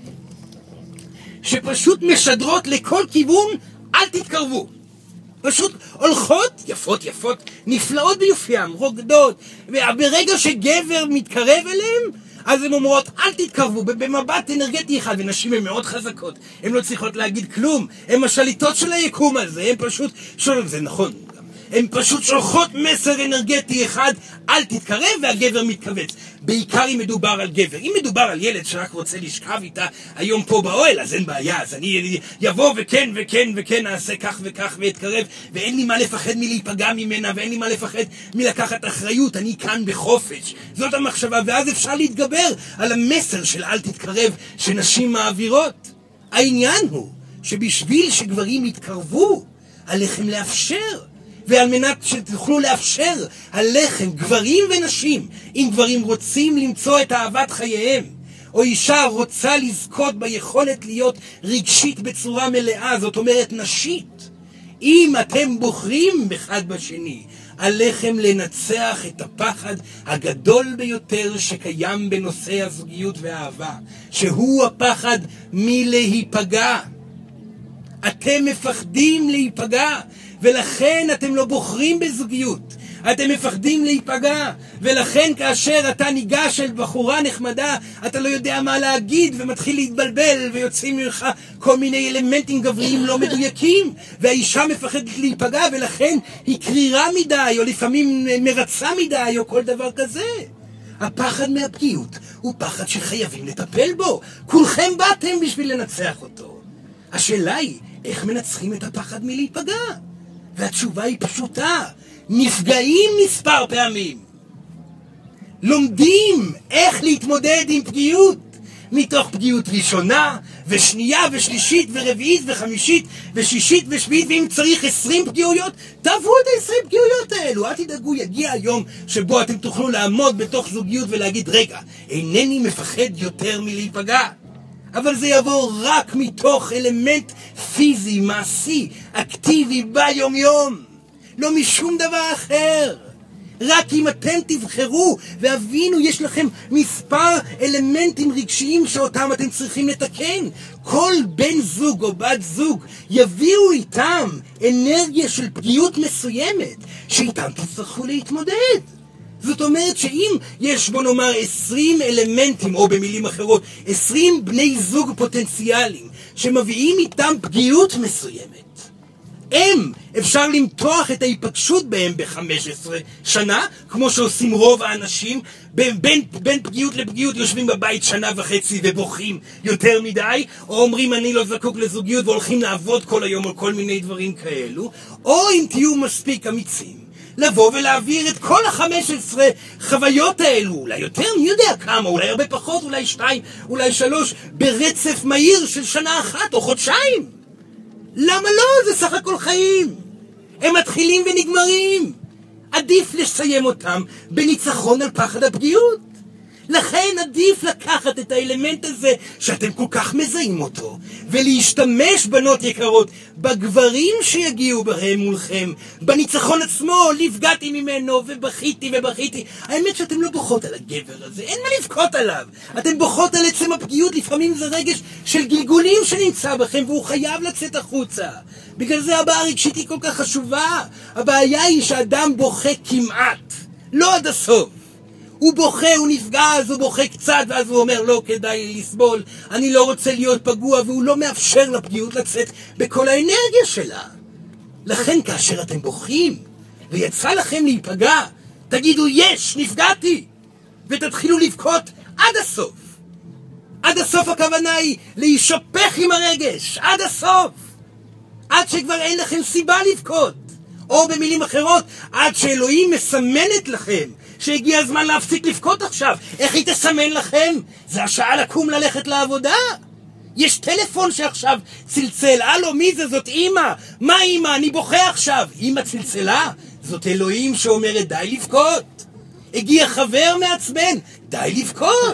שפשוט משדרות לכל כיוון, אל תתקרבו. פשוט הולכות יפות יפות, נפלאות ביופיים, רוקדות, וברגע שגבר מתקרב אליהם, אז הן אומרות, אל תתקרבו, במבט אנרגטי אחד, ונשים הן מאוד חזקות, הן לא צריכות להגיד כלום, הן השליטות של היקום הזה, הן פשוט, זה נכון, הן פשוט שולחות מסר אנרגטי אחד, אל תתקרב, והגבר מתכווץ. בעיקר אם מדובר על גבר. אם מדובר על ילד שרק רוצה לשכב איתה היום פה באוהל, אז אין בעיה, אז אני יבוא וכן וכן וכן נעשה כך וכך ואתקרב, ואין לי מה לפחד מלהיפגע ממנה, ואין לי מה לפחד מלקחת אחריות, אני כאן בחופש. זאת המחשבה, ואז אפשר להתגבר על המסר של אל תתקרב שנשים מעבירות. העניין הוא שבשביל שגברים יתקרבו, עליכם לאפשר. ועל מנת שתוכלו לאפשר עליכם, גברים ונשים, אם גברים רוצים למצוא את אהבת חייהם, או אישה רוצה לזכות ביכולת להיות רגשית בצורה מלאה, זאת אומרת נשית, אם אתם בוחרים אחד בשני, עליכם לנצח את הפחד הגדול ביותר שקיים בנושא הזוגיות והאהבה, שהוא הפחד מלהיפגע. אתם מפחדים להיפגע, ולכן אתם לא בוחרים בזוגיות. אתם מפחדים להיפגע, ולכן כאשר אתה ניגש אל בחורה נחמדה, אתה לא יודע מה להגיד, ומתחיל להתבלבל, ויוצאים ממך כל מיני אלמנטים גבריים לא מדויקים, והאישה מפחדת להיפגע, ולכן היא קרירה מדי, או לפעמים מרצה מדי, או כל דבר כזה. הפחד מהפגיעות הוא פחד שחייבים לטפל בו. כולכם באתם בשביל לנצח אותו. השאלה היא, איך מנצחים את הפחד מלהיפגע? והתשובה היא פשוטה, נפגעים מספר פעמים. לומדים איך להתמודד עם פגיעות, מתוך פגיעות ראשונה ושנייה ושלישית ורביעית וחמישית ושישית ושביעית, ואם צריך 20 פגיעויות, תעברו את ה-20 פגיעויות האלו. אל תדאגו, יגיע היום שבו אתם תוכלו לעמוד בתוך זוגיות ולהגיד, רגע, אינני מפחד יותר מלהיפגע. אבל זה יבוא רק מתוך אלמנט פיזי, מעשי, אקטיבי ביום יום. לא משום דבר אחר. רק אם אתם תבחרו והבינו, יש לכם מספר אלמנטים רגשיים שאותם אתם צריכים לתקן. כל בן זוג או בת זוג יביאו איתם אנרגיה של פגיעות מסוימת שאיתם תצטרכו להתמודד. זאת אומרת שאם יש, בוא נאמר, 20 אלמנטים, או במילים אחרות 20 בני זוג פוטנציאליים שמביאים איתם פגיעות מסוימת, אפשר למתוח את ההיפגשות בהם ב-15 שנה, כמו שעושים רוב האנשים. בין פגיעות לפגיעות יושבים בבית שנה וחצי ובוכים יותר מדי, או אומרים אני לא זקוק לזוגיות והולכים לעבוד כל היום על כל מיני דברים כאלו. או אם תהיו מספיק אמיצים לבוא ולהעביר את כל ה-15 חוויות האלו, אולי יותר, מי יודע כמה, אולי הרבה פחות, אולי 2, אולי 3, ברצף מהיר של שנה אחת או חודשיים. למה לא? זה סך הכל חיים. הם מתחילים ונגמרים. עדיף לסיים אותם בניצחון על פחד הפגיעות. לכן עדיף לקחת את האלמנט הזה שאתם כל כך מזהים אותו, ולהשתמש, בנות יקרות, בגברים שיגיעו בהם מולכם, בניצחון עצמו. נפגעתי ממנו ובכיתי. האמת שאתם לא בוכות על הגבר הזה, אין מה לבכות עליו. אתם בוכות על עצם הפגיעות. לפעמים זה רגש של גלגולים שנמצא בכם והוא חייב לצאת החוצה. בגלל זה הבעיה הרגשית היא כל כך חשובה. הבעיה היא שאדם בוכה כמעט, לא עד הסוף. הוא בוכה, הוא נפגע, אז הוא בוכה קצת, ואז הוא אומר, לא כדאי לסבול, אני לא רוצה להיות פגוע, והוא לא מאפשר לפגיעות לצאת בכל האנרגיה שלה. לכן כאשר אתם בוכים, ויצא לכם להיפגע, תגידו, יש, נפגעתי, ותתחילו לבכות עד הסוף. עד הסוף הכוונה היא להישפך עם הרגש, עד הסוף. עד שכבר אין לכם סיבה לבכות. או במילים אחרות, עד שאלוהים מסמנת לכם שהגיע הזמן להפסיק לבכות עכשיו. איך היא תסמן לכם? זה השעה לקום ללכת לעבודה. יש טלפון שעכשיו צלצל. הלו, מי זה? זאת אמא. מה אמא? אני בוכה עכשיו. אמא צלצלה? זאת אלוהים שאומרת די לבכות. הגיע חבר מעצבן, די לבכות.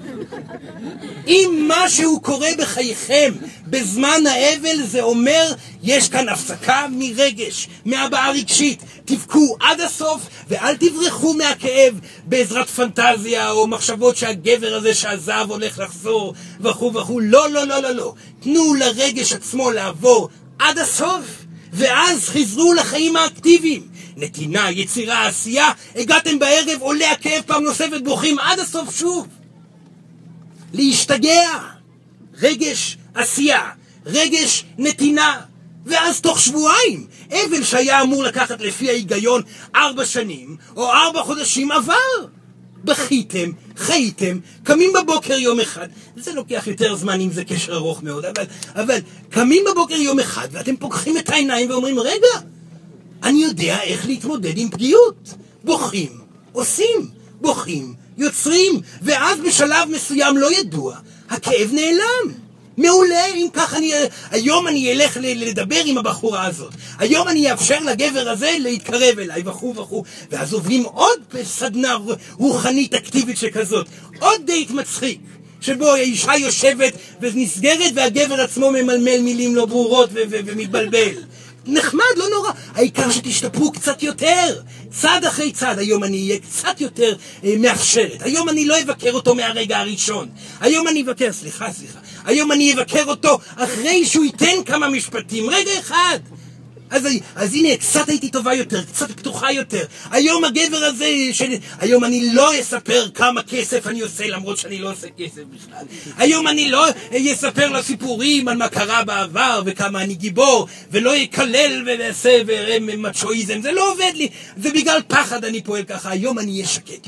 אם משהו קורה בחייכם בזמן האבל, זה אומר יש כאן הפסקה מרגש, מהבעה רגשית. תבכו עד הסוף ואל תברחו מהכאב בעזרת פנטזיה או מחשבות שהגבר הזה שעזב הולך לחזור וכו' וכו'. לא, לא, לא, לא, לא. תנו לרגש עצמו לעבור עד הסוף, ואז חזרו לחיים האקטיביים. נתינה, יצירה, עשייה. הגעתם בערב, עולה הכאב פעם נוספת, בוכים עד הסוף שוב. להשתגע. רגש, עשייה. רגש, נתינה. ואז תוך שבועיים, אבל שהיה אמור לקחת לפי ההיגיון 4 שנים או 4 חודשים עבר. בכיתם, חייתם, קמים בבוקר יום אחד. זה לוקח יותר זמן אם זה קשר ארוך מאוד, אבל קמים בבוקר יום אחד ואתם פוקחים את העיניים ואומרים, רגע, אני יודע איך להתמודד עם פגיעות. בוכים, עושים, בוכים, יוצרים, ואז בשלב מסוים לא ידוע, הכאב נעלם. מעולה, אם כך היום אני אלך לדבר עם הבחורה הזאת. היום אני אאפשר לגבר הזה להתקרב אליי וכו'. ואז עוברים עוד סדנה רוחנית אקטיבית שכזאת. עוד דייט מצחיק, שבו האישה יושבת ונסגרת והגבר עצמו ממלמל מילים לא ברורות ומתבלבל. נחמד, לא נורא. העיקר שתשתפרו קצת יותר, צעד אחרי צעד. היום אני אהיה קצת יותר מאפשרת. היום אני לא אבקר אותו מהרגע הראשון. היום אני אבקר, סליחה. היום אני אבקר אותו אחרי שהוא ייתן כמה משפטים. רגע אחד. אז הנה, קצת הייתי טובה יותר, קצת פתוחה יותר. היום הגבר הזה, היום אני לא אספר כמה כסף אני עושה, למרות שאני לא עושה כסף בכלל. היום אני לא אספר לו סיפורים על מה קרה בעבר וכמה אני גיבור, ולא יקלל ולעשה מצ'ואיזם. זה לא עובד לי, זה בגלל פחד אני פועל ככה. היום אני אהיה שקט יותר.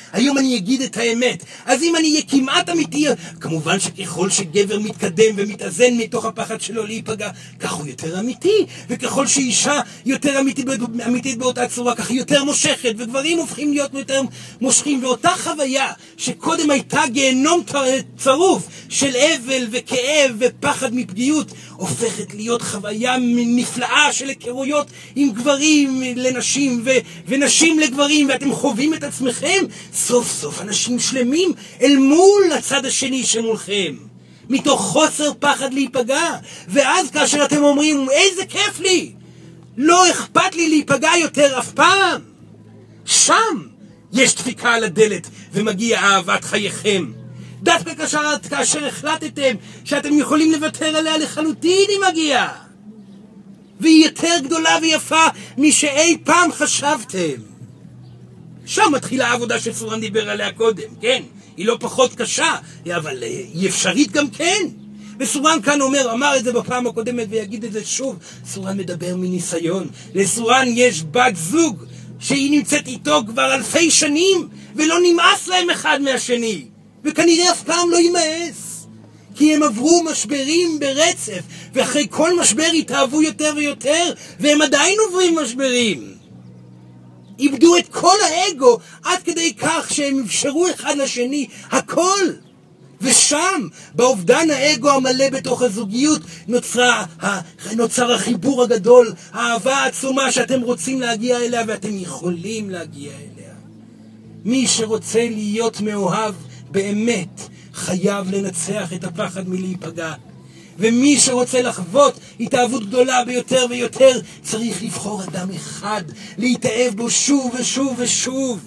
היום אני אגיד את האמת. אז אם אני אהיה כמעט אמיתי, כמובן שככל שגבר מתקדם ומתאזן מתוך הפחד שלו להיפגע, כך הוא יותר אמיתי. וככל שאישה יותר אמיתית באותה צורה, כך היא יותר מושכת, וגברים הופכים להיות יותר מושכים. ואותה חוויה שקודם הייתה גיהנום צרוף של אבל וכאב ופחד מפגיעות, הופכת להיות חוויה נפלאה של היכרויות עם גברים לנשים ונשים לגברים, ואתם חווים את עצמכם סוף סוף אנשים שלמים אל מול הצד השני שמולכם, מתוך חוסר פחד להיפגע. ואז כאשר אתם אומרים איזה כיף לי, לא אכפת לי להיפגע יותר אף פעם, שם יש דפיקה על הדלת ומגיע אהבת חייכם. דווקא כאשר החלטתם שאתם יכולים לוותר עליה לחלוטין, היא מגיעה, והיא יותר גדולה ויפה משאי פעם חשבתם. שם מתחילה העבודה שסורן דיבר עליה קודם, כן? היא לא פחות קשה, אבל היא אפשרית גם כן. וסורן כאן אמר את זה בפעם הקודמת ויגיד את זה שוב. סורן מדבר מניסיון. לסורן יש בת זוג שהיא נמצאת איתו כבר אלפי שנים, ולא נמאס להם אחד מהשני, וכנראה אף פעם לא יימאס, כי הם עברו משברים ברצף, ואחרי כל משבר התאהבו יותר ויותר, והם עדיין עוברים משברים. איבדו את כל האגו עד כדי כך שהם אפשרו אחד לשני הכל. ושם, באובדן האגו המלא בתוך הזוגיות, נוצר החיבור הגדול, האהבה העצומה שאתם רוצים להגיע אליה, ואתם יכולים להגיע אליה. מי שרוצה להיות מאוהב באמת חייב לנצח את הפחד מלהיפגע, ומי שרוצה לחוות התאהבות גדולה ביותר ויותר צריך לבחור אדם אחד, להתאהב בו שוב ושוב ושוב.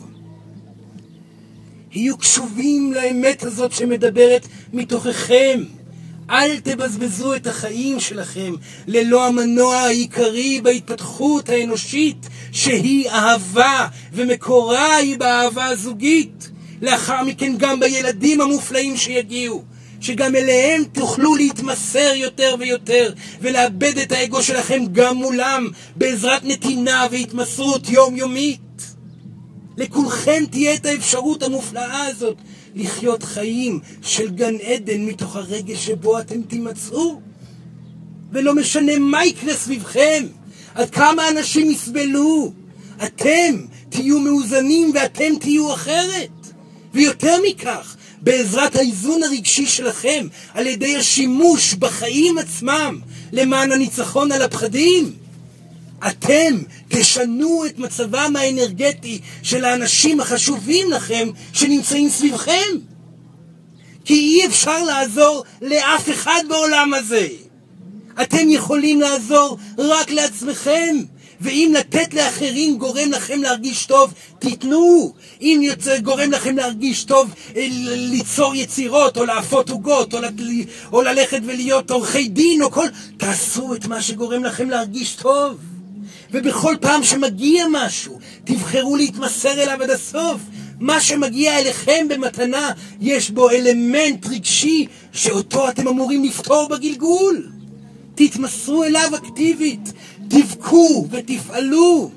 היו קשובים לאמת הזאת שמדברת מתוככם. אל תבזבזו את החיים שלכם ללא המנוע העיקרי בהתפתחות האנושית, שהיא אהבה, ומקורה היא באהבה הזוגית. לאחר מכן גם בילדים המופלאים שיגיעו, שגם אליהם תוכלו להתמסר יותר ויותר, ולאבד את האגו שלכם גם מולם, בעזרת נתינה והתמסרות יומיומית. לכולכם תהיה את האפשרות המופלאה הזאת לחיות חיים של גן עדן מתוך הרגע שבו אתם תימצאו. ולא משנה מה יקרה סביבכם, עד כמה אנשים יסבלו, אתם תהיו מאוזנים ואתם תהיו אחרת. ויותר מכך, בעזרת האיזון הרגשי שלכם, על ידי השימוש בחיים עצמם למען הניצחון על הפחדים, אתם תשנו את מצבם האנרגטי של האנשים החשובים לכם שנמצאים סביבכם. כי אי אפשר לעזור לאף אחד בעולם הזה. אתם יכולים לעזור רק לעצמכם. ואם לתת לאחרים גורם לכם להרגיש טוב, תיתנו. אם גורם לכם להרגיש טוב ליצור יצירות, או להפות עוגות, או ללכת ולהיות עורכי דין, או תעשו את מה שגורם לכם להרגיש טוב. ובכל פעם שמגיע משהו, תבחרו להתמסר אליו עד הסוף. מה שמגיע אליכם במתנה, יש בו אלמנט רגשי שאותו אתם אמורים לפתור בגלגול. תתמסרו אליו אקטיבית, תבכו ותפעלו,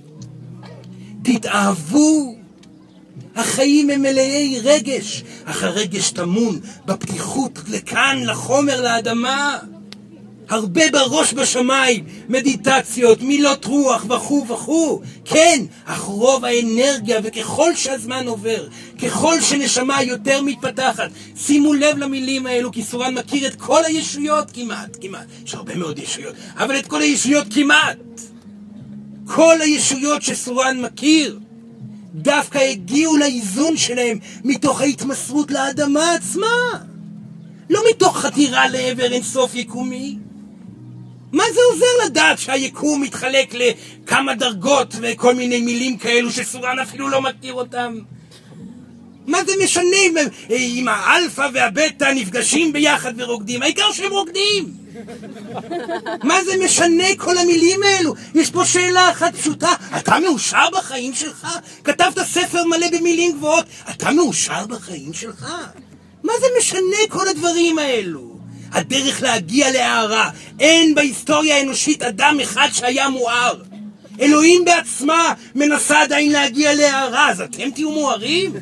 תתאהבו. החיים הם מלאי רגש, אך הרגש טמון בפתיחות לכאן, לחומר, לאדמה. הרבה בראש בשמיים, מדיטציות, מילות רוח וכו' וכו'. כן, אך רוב האנרגיה, וככל שהזמן עובר, ככל שנשמה יותר מתפתחת, שימו לב למילים האלו, כי סורן מכיר את כל הישויות כמעט, יש הרבה מאוד ישויות, אבל את כל הישויות כמעט. כל הישויות שסורן מכיר, דווקא הגיעו לאיזון שלהם מתוך ההתמסרות לאדמה עצמה. לא מתוך חתירה לעבר אינסוף יקומי. מה זה עוזר לדעת שהיקום מתחלק לכמה דרגות וכל מיני מילים כאלו שסורן אפילו לא מכיר אותם? מה זה משנה אם האלפא והבטא נפגשים ביחד ורוקדים? העיקר שהם רוקדים. מה זה משנה כל המילים האלו? יש פה שאלה אחת פשוטה, אתה מאושר בחיים שלך? כתבת ספר מלא במילים גבוהות, אתה מאושר בחיים שלך? מה זה משנה כל הדברים האלו? הדרך להגיע להערה, אין בהיסטוריה האנושית אדם אחד שהיה מואר. אלוהים בעצמה מנסה עדיין להגיע להערה, אז אתם תהיו מוארים?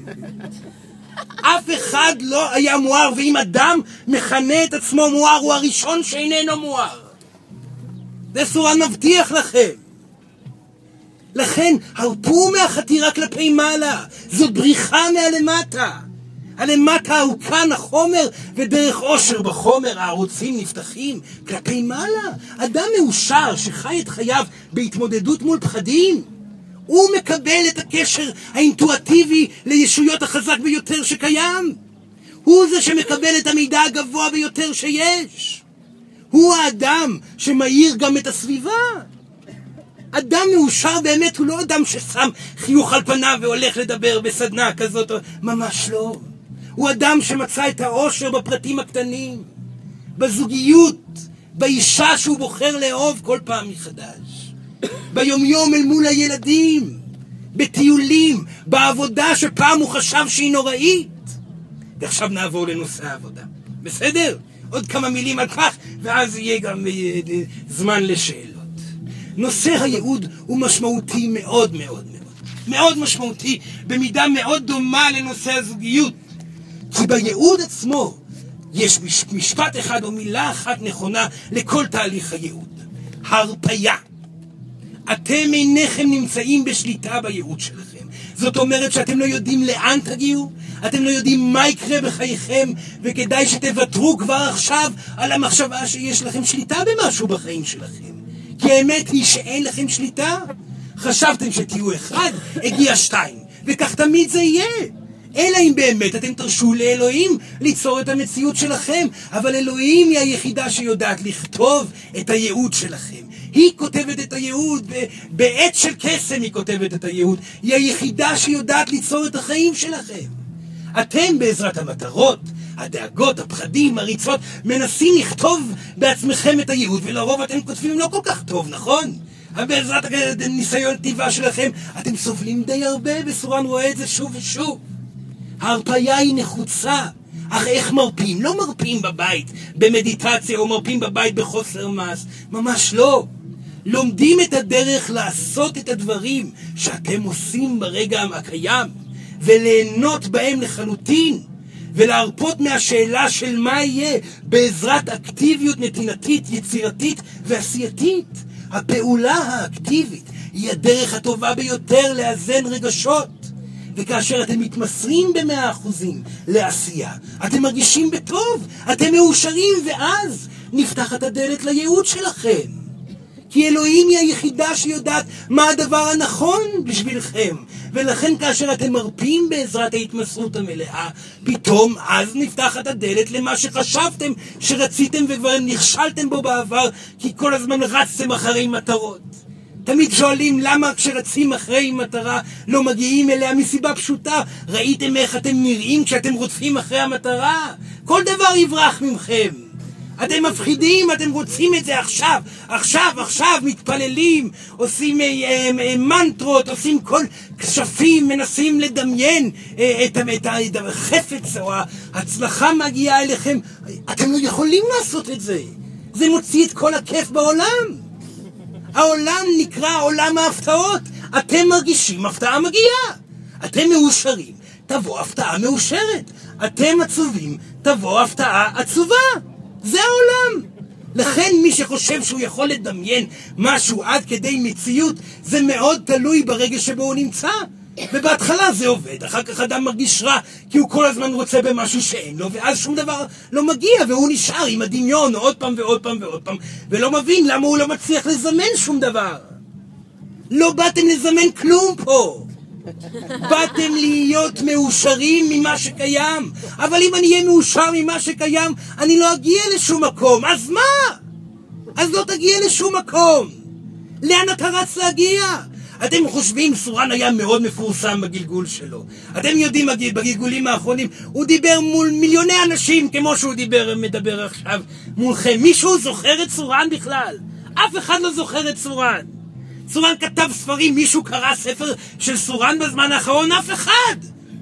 אף אחד לא היה מואר, ואם אדם מכנה את עצמו מואר, הוא הראשון שאיננו מואר. זה סורן מבטיח לכם. לכן, הרפו מהחתירה כלפי מעלה. זאת בריחה מהלמטה. הלמטה הוא כאן החומר, ודרך עושר בחומר הערוצים נפתחים כלפי מעלה. אדם מאושר שחי את חייו בהתמודדות מול פחדים, הוא מקבל את הקשר האינטואטיבי לישויות החזק ביותר שקיים. הוא זה שמקבל את המידע הגבוה ביותר שיש. הוא האדם שמאיר גם את הסביבה. אדם מאושר באמת הוא לא אדם ששם חיוך על פניו והולך לדבר בסדנה כזאת, ממש לא. הוא אדם שמצא את האושר בפרטים הקטנים, בזוגיות, באישה שהוא בוחר לאהוב כל פעם מחדש, ביומיום אל מול הילדים, בטיולים, בעבודה שפעם הוא חשב שהיא נוראית. ועכשיו נעבור לנושא העבודה. בסדר? עוד כמה מילים על כך, ואז יהיה גם זמן לשאלות. נושא הייעוד הוא משמעותי מאוד מאוד מאוד. מאוד משמעותי, במידה מאוד דומה לנושא הזוגיות. כי בייעוד עצמו יש משפט אחד או מילה אחת נכונה לכל תהליך הייעוד. הרפיה. אתם אינכם נמצאים בשליטה בייעוד שלכם. זאת אומרת שאתם לא יודעים לאן תגיעו, אתם לא יודעים מה יקרה בחייכם, וכדאי שתוותרו כבר עכשיו על המחשבה שיש לכם שליטה במשהו בחיים שלכם. כי האמת היא שאין לכם שליטה. חשבתם שתהיו אחד, הגיע 2, וכך תמיד זה יהיה. אלא אם באמת אתם תרשו לאלוהים ליצור את המציאות שלכם, אבל אלוהים היא היחידה שיודעת לכתוב את הייעוד שלכם. היא כותבת את הייעוד, בעת של קסם היא כותבת את הייעוד. היא היחידה שיודעת ליצור את החיים שלכם. אתם בעזרת המטרות, הדאגות, הפחדים, הריצות, מנסים לכתוב בעצמכם את הייעוד, ולרוב אתם כותבים לא כל כך טוב, נכון? אבל בעזרת הניסיון טבעה שלכם, אתם סובלים די הרבה, וסורן רואה את זה שוב ושוב. ההרפיה היא נחוצה. אך איך מרפים? לא מרפים בבית במדיטציה, או מרפים בבית בחוסר מס. ממש לא. לומדים את הדרך לעשות את הדברים שאתם עושים ברגע הקיים, וליהנות בהם לחלוטין, ולהרפות מהשאלה של מה יהיה בעזרת אקטיביות נתינתית, יצירתית ועשייתית. הפעולה האקטיבית היא הדרך הטובה ביותר לאזן רגשות. וכאשר אתם מתמסרים ב100% לעשייה, אתם מרגישים בטוב, אתם מאושרים, ואז נפתחת הדלת לייעוד שלכם. כי אלוהים היא היחידה שיודעת מה הדבר הנכון בשבילכם. ולכן כאשר אתם מרפים בעזרת ההתמסרות המלאה, פתאום אז נפתחת הדלת למה שחשבתם שרציתם וכבר נכשלתם בו בעבר, כי כל הזמן רצתם אחרי מטרות. תמיד שואלים למה כשרצים אחרי מטרה לא מגיעים אליה, מסיבה פשוטה. ראיתם איך אתם נראים כשאתם רודפים אחרי המטרה? כל דבר יברח ממכם. אתם מפחידים, אתם רוצים את זה עכשיו, עכשיו, מתפללים, עושים מנטרות, עושים כל כשפים, מנסים לדמיין את החפץ או ההצלחה מגיעה אליכם. אתם לא יכולים לעשות את זה. זה מוציא את כל הכיף בעולם. העולם נקרא עולם ההפתעות. אתם מרגישים הפתעה מגיעה. אתם מאושרים, תבוא הפתעה מאושרת. אתם עצובים, תבוא הפתעה עצובה. זה העולם. לכן מי שחושב שהוא יכול לדמיין משהו עד כדי מציאות, זה מאוד תלוי ברגע שבו הוא נמצא. ובהתחלה זה עובד, אחר כך אדם מרגיש רע כי הוא כל הזמן רוצה במשהו שאין לו, ואז שום דבר לא מגיע, והוא נשאר עם הדמיון עוד פעם ועוד פעם ועוד פעם, ולא מבין למה הוא לא מצליח לזמן שום דבר. לא באתם לזמן כלום פה. באתם להיות מאושרים ממה שקיים. אבל אם אני אהיה מאושר ממה שקיים, אני לא אגיע לשום מקום. אז מה? אז לא תגיע לשום מקום. לאן אתה רץ להגיע? אתם חושבים, סורן היה מאוד מפורסם בגלגול שלו. אתם יודעים, בגלגולים האחרונים הוא דיבר מול מיליוני אנשים כמו שהוא מדבר עכשיו מולכם. מישהו זוכר את סורן בכלל? אף אחד לא זוכר את סורן. סורן כתב ספרים, מישהו קרא ספר של סורן בזמן האחרון? אף אחד.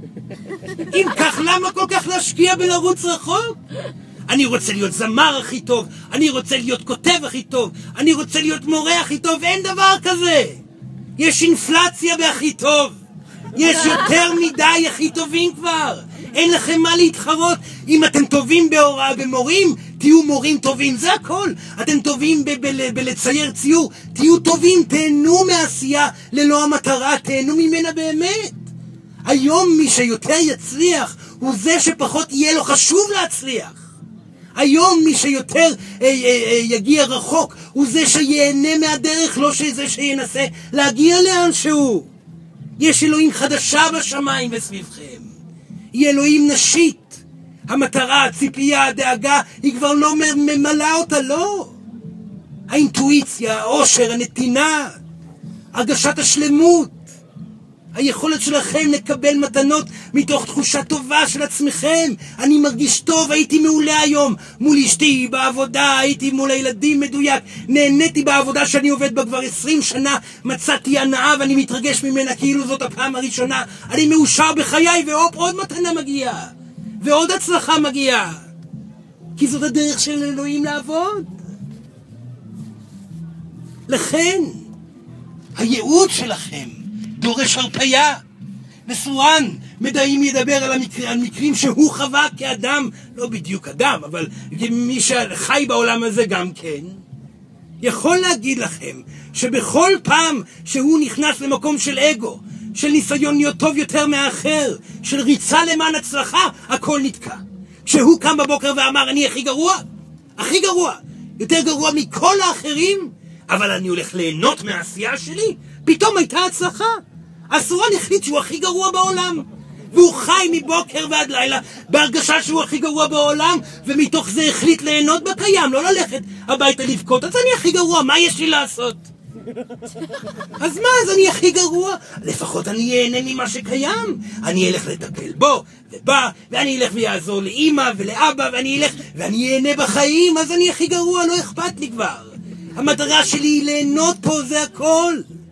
אם כך, למה כל כך להשקיע בלרוץ רחוק? אני רוצה להיות זמר הכי טוב, אני רוצה להיות כותב הכי טוב, אני רוצה להיות מורה הכי טוב, אין דבר כזה. יש אינפלציה בהכי טוב. יש יותר מדי הכי טובים כבר. אין לכם מה להתחרות. אם אתם טובים בהוראה במורים, תהיו מורים טובים, זה הכל. אתם טובים בלצייר ציור, תהיו טובים, תהנו מהעשייה ללא המטרה, תהנו ממנה באמת. היום מי שיותר יצליח הוא זה שפחות יהיה לו חשוב להצליח. היום מי שיותר יגיע רחוק הוא זה שיהנה מהדרך, לא שזה שינסה להגיע לאן שהוא. יש אלוהים חדשה בשמיים וסביבכם. היא אלוהים נשית. המטרה, הציפייה, הדאגה, היא כבר לא ממלאה אותה, לא. האינטואיציה, העושר, הנתינה, הרגשת השלמות, היכולת שלכם לקבל מתנות מתוך תחושה טובה של עצמכם. אני מרגיש טוב, הייתי מעולה היום מול אשתי בעבודה, הייתי מול הילדים מדויק, נהניתי בעבודה שאני עובד בה כבר 20 שנה, מצאתי הנאה ואני מתרגש ממנה כאילו זאת הפעם הראשונה. אני מאושר בחיי, והופ, עוד מתנה מגיעה ועוד הצלחה מגיעה, כי זאת הדרך של אלוהים לעבוד. לכן הייעוד שלכם דורש הרפיה. וסורן מדעים ידבר על המקרים שהוא חווה כאדם, לא בדיוק אדם, אבל מי שחי בעולם הזה גם כן, יכול להגיד לכם שבכל פעם שהוא נכנס למקום של אגו, של ניסיון להיות טוב יותר מהאחר, של ריצה למען הצלחה, הכל נתקע. כשהוא קם בבוקר ואמר אני הכי גרוע, הכי גרוע, יותר גרוע מכל האחרים, אבל אני הולך ליהנות מהעשייה שלי, פתאום הייתה הצלחה. הסורן החליט שהוא הכי גרוע בעולם, והוא חי מבוקר ועד לילה בהרגשה שהוא הכי גרוע בעולם, ומתוך זה החליט ליהנות בקיים, לא ללכת הביתה לבכות. אז אני הכי גרוע, מה יש לי לעשות? אז מה, אז אני הכי גרוע? לפחות אני אהנה ממה שקיים. אני אלך לטפל בו ובא, ואני אלך ויעזור לאמא ולאבא, ואני אלך ואני אהנה בחיים. אז אני הכי גרוע, לא אכפת לי כבר. המטרה שלי היא ליהנות פה, זה הכל.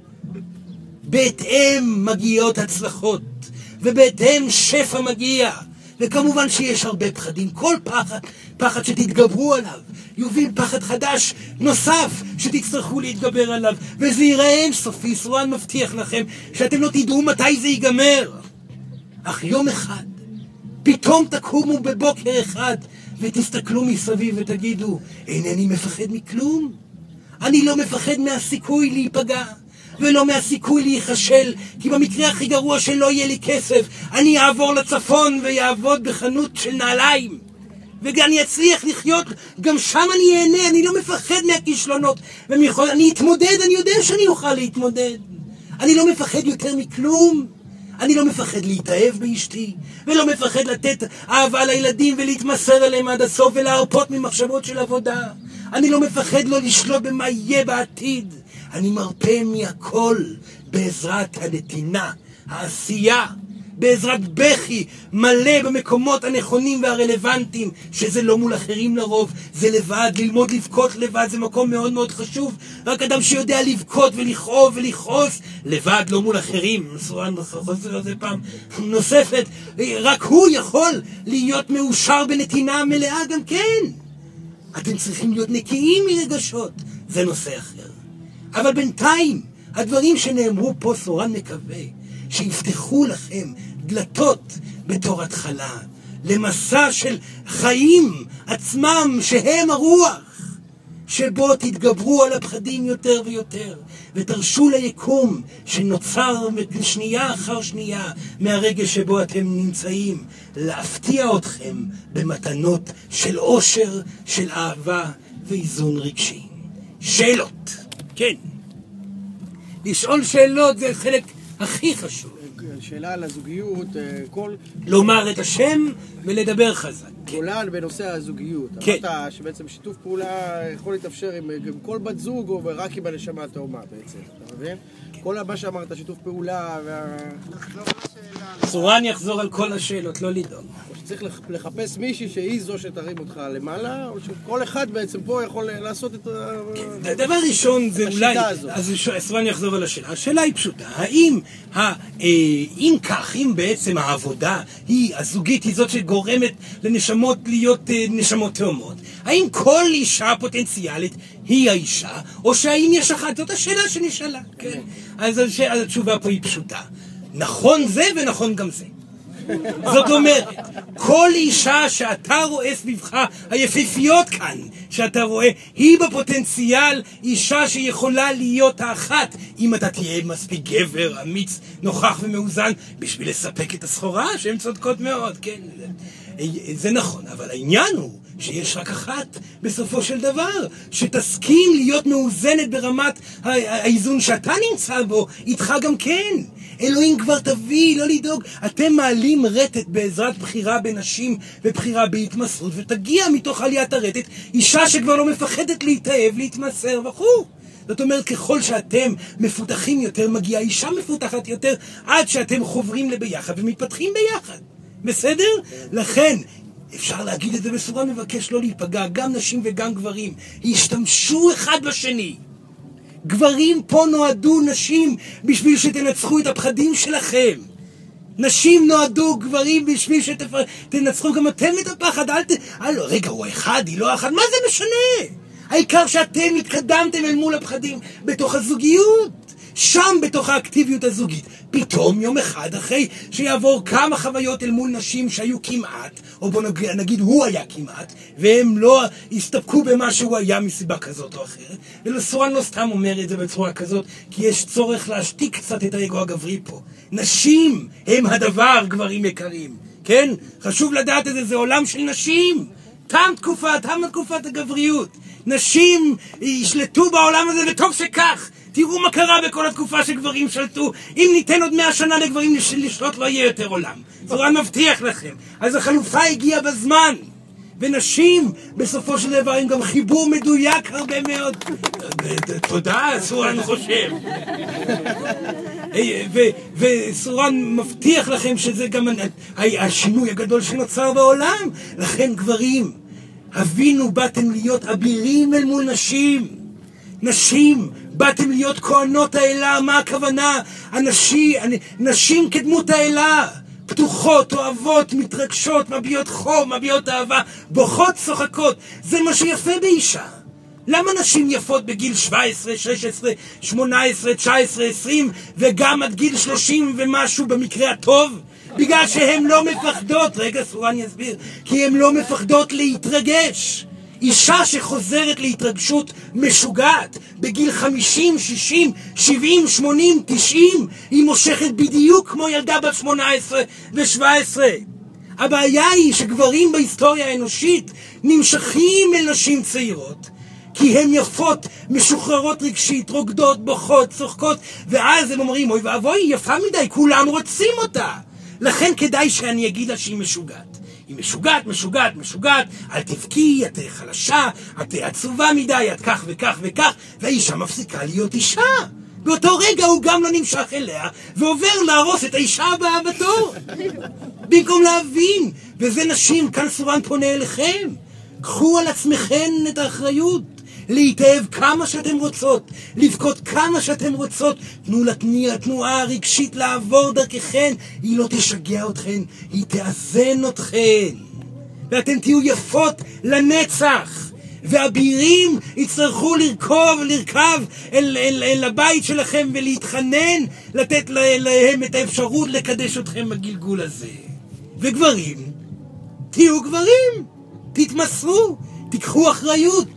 בהתאם מגיעות הצלחות, ובהתאם שפע מגיע. וכמובן שיש הרבה פחדים. כל פחד שתתגברו עליו יוביל פחד חדש נוסף שתצטרכו להתגבר עליו, וזה ייראה אינסופי. סורן מבטיח לכם שאתם לא תדעו מתי זה ייגמר. אך יום אחד פתאום תקומו בבוקר אחד ותסתכלו מסביב ותגידו אינני מפחד מכלום. אני לא מפחד מהסיכוי להיפגע ולא מהסיכוי להיחשל, כי במקרה הכי גרוע שלא יהיה לי כסף אני אעבור לצפון ויעבוד בחנות של נעליים, ואני אצליח לחיות, גם שם אני אהנה. אני לא מפחד מהכישלונות, אני אתמודד, אני יודע שאני אוכל להתמודד. אני לא מפחד יותר מכלום. אני לא מפחד להתאהב באשתי, ולא מפחד לתת אהבה לילדים ולהתמסר אליהם עד הסוף ולהרפות ממחשבות של עבודה. אני לא מפחד לא לשלוט במה יהיה בעתיד. אני מרפא מהכל בעזרת הנתינה, העשייה, בעזרת בכי מלא במקומות הנכונים והרלוונטיים, שזה לא מול אחרים לרוב, זה לבד. ללמוד לבכות לבד זה מקום מאוד מאוד חשוב. רק אדם שיודע לבכות ולכאוב ולכעוס לבד, לא מול אחרים, סורן חוזר על זה פעם נוספת, רק הוא יכול להיות מאושר בנתינה מלאה גם כן. אתם צריכים להיות נקיים מרגשות, זה נושא אחר. אבל בינתיים הדברים שנאמרו פה, סורן מקווה שיפתחו לכם דלתות בתור התחלה למסע של חיים עצמם, שהם הרוח, שבו תתגברו על הפחדים יותר ויותר, ותרשו ליקום שנוצר שנייה אחר שנייה מהרגע שבו אתם נמצאים להפתיע אתכם במתנות של אושר, של אהבה ואיזון רגשי. שאלות? כן. לשאול שאלות זה חלק הכי חשוב. שאלה על הזוגיות, לומר את השם ולדבר חזק. גולן בנושא הזוגיות. כן. אמרת שבעצם שיתוף פעולה יכול להתאפשר עם כל בת זוג או רק עם הנשמה התאומה בעצם, אתה מבין? כל מה שאמרת, שיתוף פעולה סורן יחזור על כל השאלות, לא לדאוג. או שצריך לחפש מישהי שהיא זו שתרים אותך למעלה, או שכל אחד בעצם פה יכול לעשות את דבר ראשון זה אולי, אז סורן יחזור על השאלה. השאלה היא פשוטה, אם כך, אם בעצם העבודה הזוגית היא זאת שגורמת לנשמות להיות נשמות תאומות, האם כל אישה פוטנציאלית היא האישה, או שהאם יש אחת? זאת השאלה שנשאלה, כן? אז התשובה פה היא פשוטה. נכון זה ונכון גם זה. זאת אומרת, כל אישה שאתה רואה סביבך, היפיפיות כאן, שאתה רואה, היא בפוטנציאל אישה שיכולה להיות האחת, אם אתה תהיה מספיק גבר, אמיץ, נוכח ומאוזן, בשביל לספק את הסחורה, שהן צודקות מאוד, כן? זה נכון, אבל העניין הוא שיש רק אחת בסופו של דבר, שתסכים להיות מאוזנת ברמת האיזון שאתה נמצא בו, איתך גם כן. אלוהים כבר תביא, לא לדאוג. אתם מעלים רטט בעזרת בחירה בנשים ובחירה בהתמסרות, ותגיע מתוך עליית הרטט אישה שכבר לא מפחדת להתאהב, להתמסר וכו'. זאת אומרת, ככל שאתם מפותחים יותר, מגיעה אישה מפותחת יותר, עד שאתם חוברים לביחד ומתפתחים ביחד. בסדר? לכן, אפשר להגיד את זה בסורה, מבקש לא להיפגע, גם נשים וגם גברים, ישתמשו אחד בשני. גברים פה נועדו נשים בשביל שתנצחו את הפחדים שלכם. נשים נועדו גברים בשביל שתנצחו גם אתם את הפחד. רגע, הוא אחד, היא לא אחד, מה זה משנה? העיקר שאתם התקדמתם אל מול הפחדים בתוך הזוגיות. שם בתוך האקטיביות הזוגית. פתאום יום אחד אחרי שיעבור כמה חוויות אל מול נשים שהיו כמעט, או בוא נגיד הוא היה כמעט, והם לא הסתפקו במה שהוא היה מסיבה כזאת או אחרת. ולסורן לא סתם אומר את זה בצורה כזאת, כי יש צורך להשתיק קצת את האגו הגברי פה. נשים הם הדבר, גברים יקרים. כן? חשוב לדעת את זה, זה עולם של נשים. תם תקופת הגבריות. נשים ישלטו בעולם הזה, וטוב שכך. תראו מה קרה בכל התקופה שגברים שלטו. אם ניתן עוד 100 שנה לגברים לשלוט, לא יהיה יותר עולם. סורן מבטיח לכם. אז החלופה הגיעה בזמן. ונשים, בסופו של דבר, הם גם חיבור מדויק הרבה מאוד. תודה, סורן חושב. וסורן מבטיח לכם שזה גם השינוי הגדול שנוצר בעולם. לכן גברים, הבינו, באתם להיות אבירים אל מול נשים. נשים, באתם להיות כהנות האלה. מה הכוונה? נשים כדמות האלה, פתוחות, אוהבות, מתרגשות, מביעות חום, מביעות אהבה, בוכות, צוחקות. זה מה שיפה באישה. למה נשים יפות בגיל 17, 16, 18, 19, 20 וגם עד גיל 30 ומשהו במקרה הטוב? בגלל שהן לא מפחדות, רגע סורן יסביר, כי הן לא מפחדות להתרגש. אישה שחוזרת להתרגשות משוגעת בגיל 50, 60, 70, 80, 90, היא מושכת בדיוק כמו ילדה בת 18 ו-17. הבעיה היא שגברים בהיסטוריה האנושית נמשכים אל נשים צעירות, כי הן יפות, משוחררות רגשית, רוקדות, בוכות, צוחקות, ואז הם אומרים, אוי ואבוי, היא יפה מדי, כולם רוצים אותה. לכן כדאי שאני אגיד לה שהיא משוגעת. היא משוגעת, אל תבכי, את חלשה, את עצובה מדי, את כך וכך וכך, והאישה מפסיקה להיות אישה. באותו רגע הוא גם לא נמשך אליה, ועובר להרוס את האישה הבאה בתור. במקום להבין, וזה נשים, כאן סורן פונה אליכם. קחו על עצמכם את האחריות, להתאהב כמה שאתם רוצות, לבכות כמה שאתם רוצות, תנו לתנועה הרגשית לעבור דרככן, היא לא תשגע אתכן, היא תאזן אתכן, ואתם תהיו יפות לנצח, והבירים יצטרכו לרכב אל הבית שלכם ולהתחנן, לתת להם את האפשרות לקדש אתכם בגלגול הזה. וגברים, תהיו גברים, תתמסרו, תיקחו אחריות,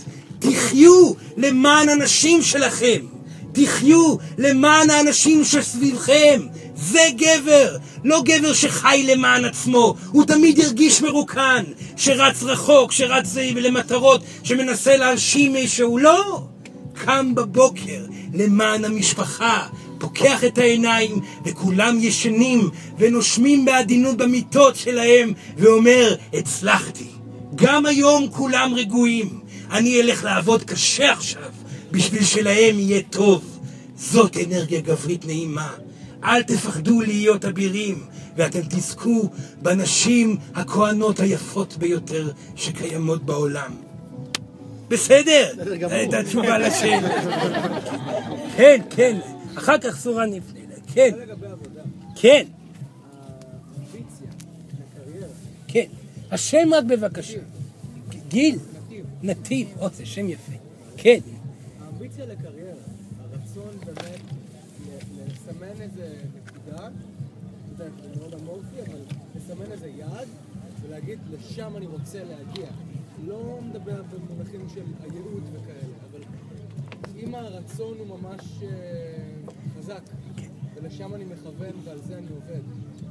תחיו למען אנשים שלכם, תחיו למען האנשים שסביבכם. זה גבר, לא גבר שחי למען עצמו, הוא תמיד ירגיש מרוקן, שרץ רחוק, שרץ למטרות, שמנסה להרשים מישהו. לא, קם בבוקר למען המשפחה, פוקח את העיניים וכולם ישנים ונושמים בעדינות במיטות שלהם ואומר, הצלחתי. גם היום כולם רגועים, אני אלך לעבוד קשה עכשיו בשביל שלהם יהיה טוב. זאת אנרגיה גברית נעימה. אל תפחדו להיות אבירים, ואתם תזכו בנשים הכהנות היפות ביותר שקיימות בעולם. בסדר? את התשובה לשאלה. כן, כן. אחר כך סורן נפנה לה. כן. כן. כן. השם רק בבקשה. גיל. נתיב. זה שם יפה. כן. המוטיבציה לקריירה, הרצון באמת לסמן איזה נקודה, אתה יודע, זה מאוד אמורפי, אבל לסמן איזה יעד, ולהגיד, לשם אני רוצה להגיע. לא מדבר במונחים של הייעוד וכאלה, אבל אם הרצון הוא ממש חזק, ולשם אני מכוון ועל זה אני עובד.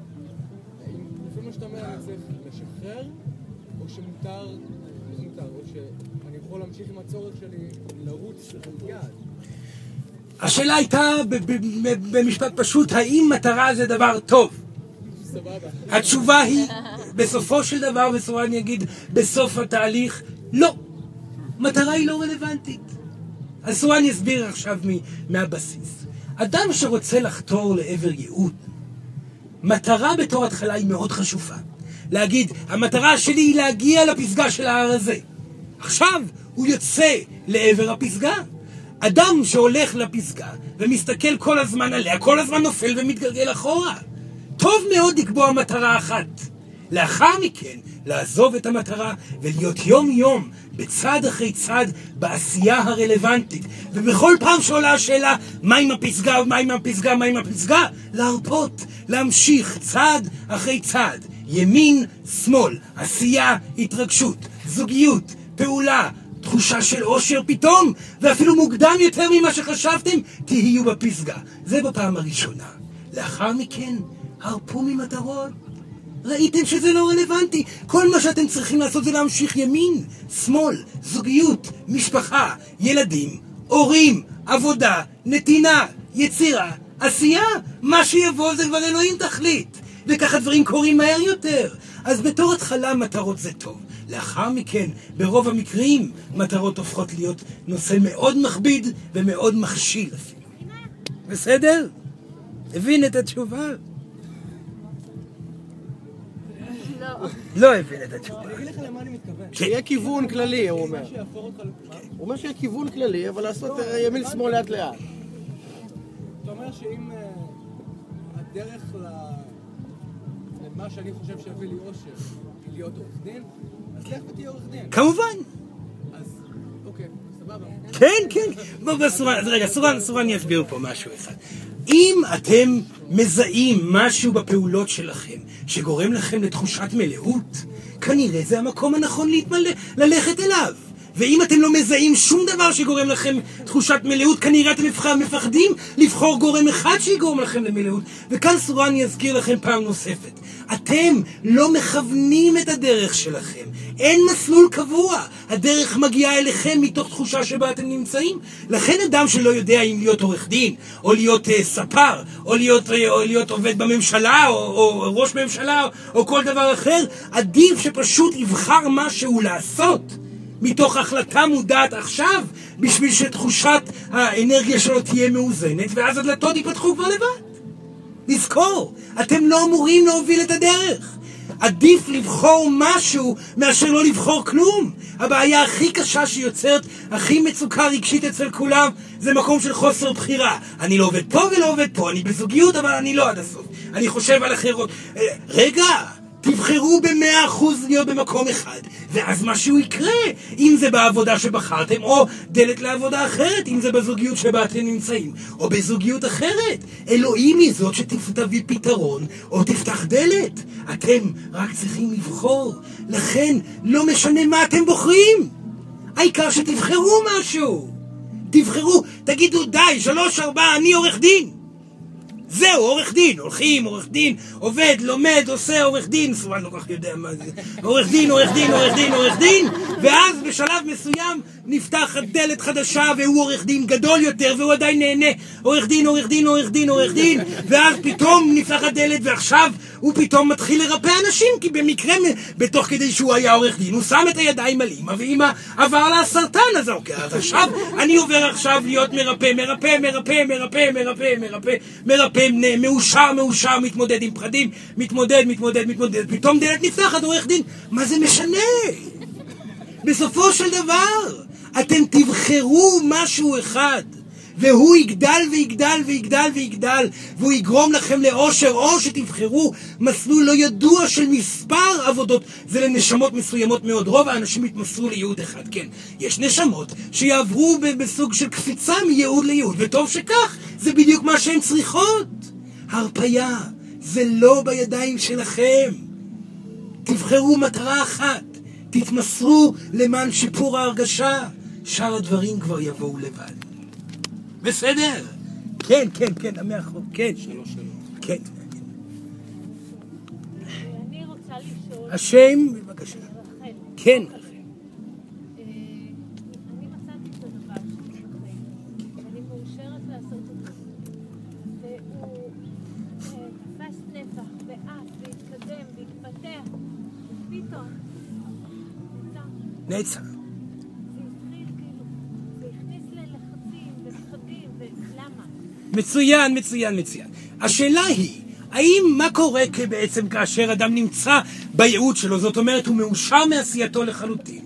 לפי מה שאתה אומר, אני צריך לשחרר, או שמותר, או שאני יכול להמשיך עם הצורך שלי לרוץ על יעד. השאלה הייתה במשפט פשוט, האם מטרה זה דבר טוב? סבבה. התשובה היא, בסופו של דבר, אני אגיד, בסוף התהליך, לא. מטרה היא לא רלוונטית. אז אני אסביר עכשיו מהבסיס. אדם שרוצה לחתור לעבר ייעוד, מטרה בתור התחלה היא מאוד חשובה. להגיד, המטרה שלי היא להגיע לפסגה של ההר הזה. עכשיו הוא יוצא לעבר הפסגה. אדם שהולך לפסגה ומסתכל כל הזמן עליה, כל הזמן נופל ומתגלגל אחורה. טוב מאוד לקבוע מטרה אחת. לאחר מכן, לעזוב את המטרה ולהיות יום יום, בצד אחרי צד, בעשייה הרלוונטית. ובכל פעם שעולה השאלה, מה עם הפסגה, מה עם הפסגה, מה עם הפסגה? להרפות, להמשיך צד אחרי צד. ימין, שמאל, עשייה, התרגשות, זוגיות, פעולה, תחושה של אושר פתאום, ואפילו מוקדם יותר ממה שחשבתם, תהיו בפסגה. זה בפעם הראשונה. לאחר מכן, הרפו ממטרות. ראיתם שזה לא רלוונטי. כל מה שאתם צריכים לעשות זה להמשיך ימין, שמאל, זוגיות, משפחה, ילדים, הורים, עבודה, נתינה, יצירה, עשייה. מה שיבוא זה כבר אלוהים תחליט. וככה דברים קורים מהר יותר. אז בתור התחלה מטרות זה טוב. לאחר מכן, ברוב המקרים, מטרות הופכות להיות נושא מאוד מכביד ומאוד מכשיל אפילו. בסדר? הבין את התשובה? לא הבין את התשובה. אני אגיד לך למה אני מתכוון. שיהיה כיוון כללי, הוא אומר. מה שיהפוך אותך מה? הוא אומר שיהיה כיוון כללי, אבל לעשות ימין שמאל לאט לאט. אתה אומר שאם הדרך למה שאני חושב שיביא לי אושר היא להיות עורך דין, אז לך ותהיה עורך דין. כמובן. אז אוקיי, סבבה. כן. רגע, סורן יסביר פה משהו אחד. אם אתם מזהים משהו בפעולות שלכם שגורם לכם לתחושת מלאות, כנראה זה המקום הנכון ללכת אליו. ואם אתם לא מזהים שום דבר שגורם לכם תחושת מלאות, כנראה אתם מפחדים לבחור גורם אחד שיגורם לכם למלאות. וכאן סורן יזכיר לכם פעם נוספת. אתם לא מכוונים את הדרך שלכם. אין מסלול קבוע. הדרך מגיעה אליכם מתוך תחושה שבה אתם נמצאים. לכן אדם שלא יודע אם להיות עורך דין, או להיות ספר, או להיות עובד בממשלה, או ראש ממשלה, או כל דבר אחר, עדיף שפשוט יבחר משהו לעשות. מתוך החלטה מודעת עכשיו, בשביל שתחושת האנרגיה שלו תהיה מאוזנת, ואז הדלתות ייפתחו כבר לבד. לזכור, אתם לא אמורים להוביל את הדרך. עדיף לבחור משהו מאשר לא לבחור כלום. הבעיה הכי קשה שיוצרת, הכי מצוקה רגשית אצל כולם, זה מקום של חוסר בחירה. אני לא עובד פה ולא עובד פה, אני בזוגיות אבל אני לא עד הסוף. אני חושב על אחרות. רגע, תבחרו ב100% להיות במקום אחד, ואז משהו יקרה, אם זה בעבודה שבחרתם, או דלת לעבודה אחרת, אם זה בזוגיות שבה אתם נמצאים, או בזוגיות אחרת. אלוהים היא זאת שתביא פתרון, או תפתח דלת. אתם רק צריכים לבחור. לכן לא משנה מה אתם בוחרים. העיקר שתבחרו משהו. תבחרו, תגידו די, 3-4, אני עורך דין. זהו, עורך דין, הולכים, עורך דין, עובד, לומד, עושה עורך דין, סורן לא כך יודע מה זה, עורך דין, ואז בשלב מסוים נפתח דלת חדשה והוא עורך דין גדול יותר והוא עדיין נהנה, עורך דין, ואז פתאום נפתח הדלת ועכשיו הוא פתאום מתחיל לרפא אנשים, כי במקרה, בתוך כדי שהוא היה עורך דין, הוא שם את הידיים על אמא, ואמא עבר לה סרטן, אז אוקיי, אז עכשיו אני עובר עכשיו להיות מרפא, מאושר, מתמודד עם פחדים, מתמודד, פתאום דלת נפתחת, עורך דין, מה זה משנה? בסופו של דבר, אתם תבחרו משהו אחד, והוא יגדל ויגדל ויגדל ויגדל, והוא יגרום לכם לאושר, או שתבחרו מסלול לא ידוע של מספר עבודות, זה לנשמות מסוימות מאוד. רוב האנשים יתמסרו לייעוד אחד, כן. יש נשמות שיעברו בסוג של קפיצה מייעוד לייעוד, וטוב שכך, זה בדיוק מה שהן צריכות. הרפיה, זה לא בידיים שלכם. תבחרו מטרה אחת, תתמסרו למען שיפור ההרגשה, שאר הדברים כבר יבואו לבד. בסדר? כן, כן, כן, המאחור, כן. כן. אני רוצה לשאול... השם, בבקשה. רחל. כן, רחל. אני מצאתי את הדבר שלי בחיים, ואני מאושרת לעשות אותו. והוא תפס נפח, ואף, והתקדם, והתפתח. פתאום, נעצר. זה התחיל כאילו, זה הכניס ללחצים ופחדים, ולמה? מצוין, מצוין, מצוין. השאלה היא, מה קורה בעצם כאשר אדם נמצא בייעוד שלו? זאת אומרת, הוא מאושר מעשייתו לחלוטין.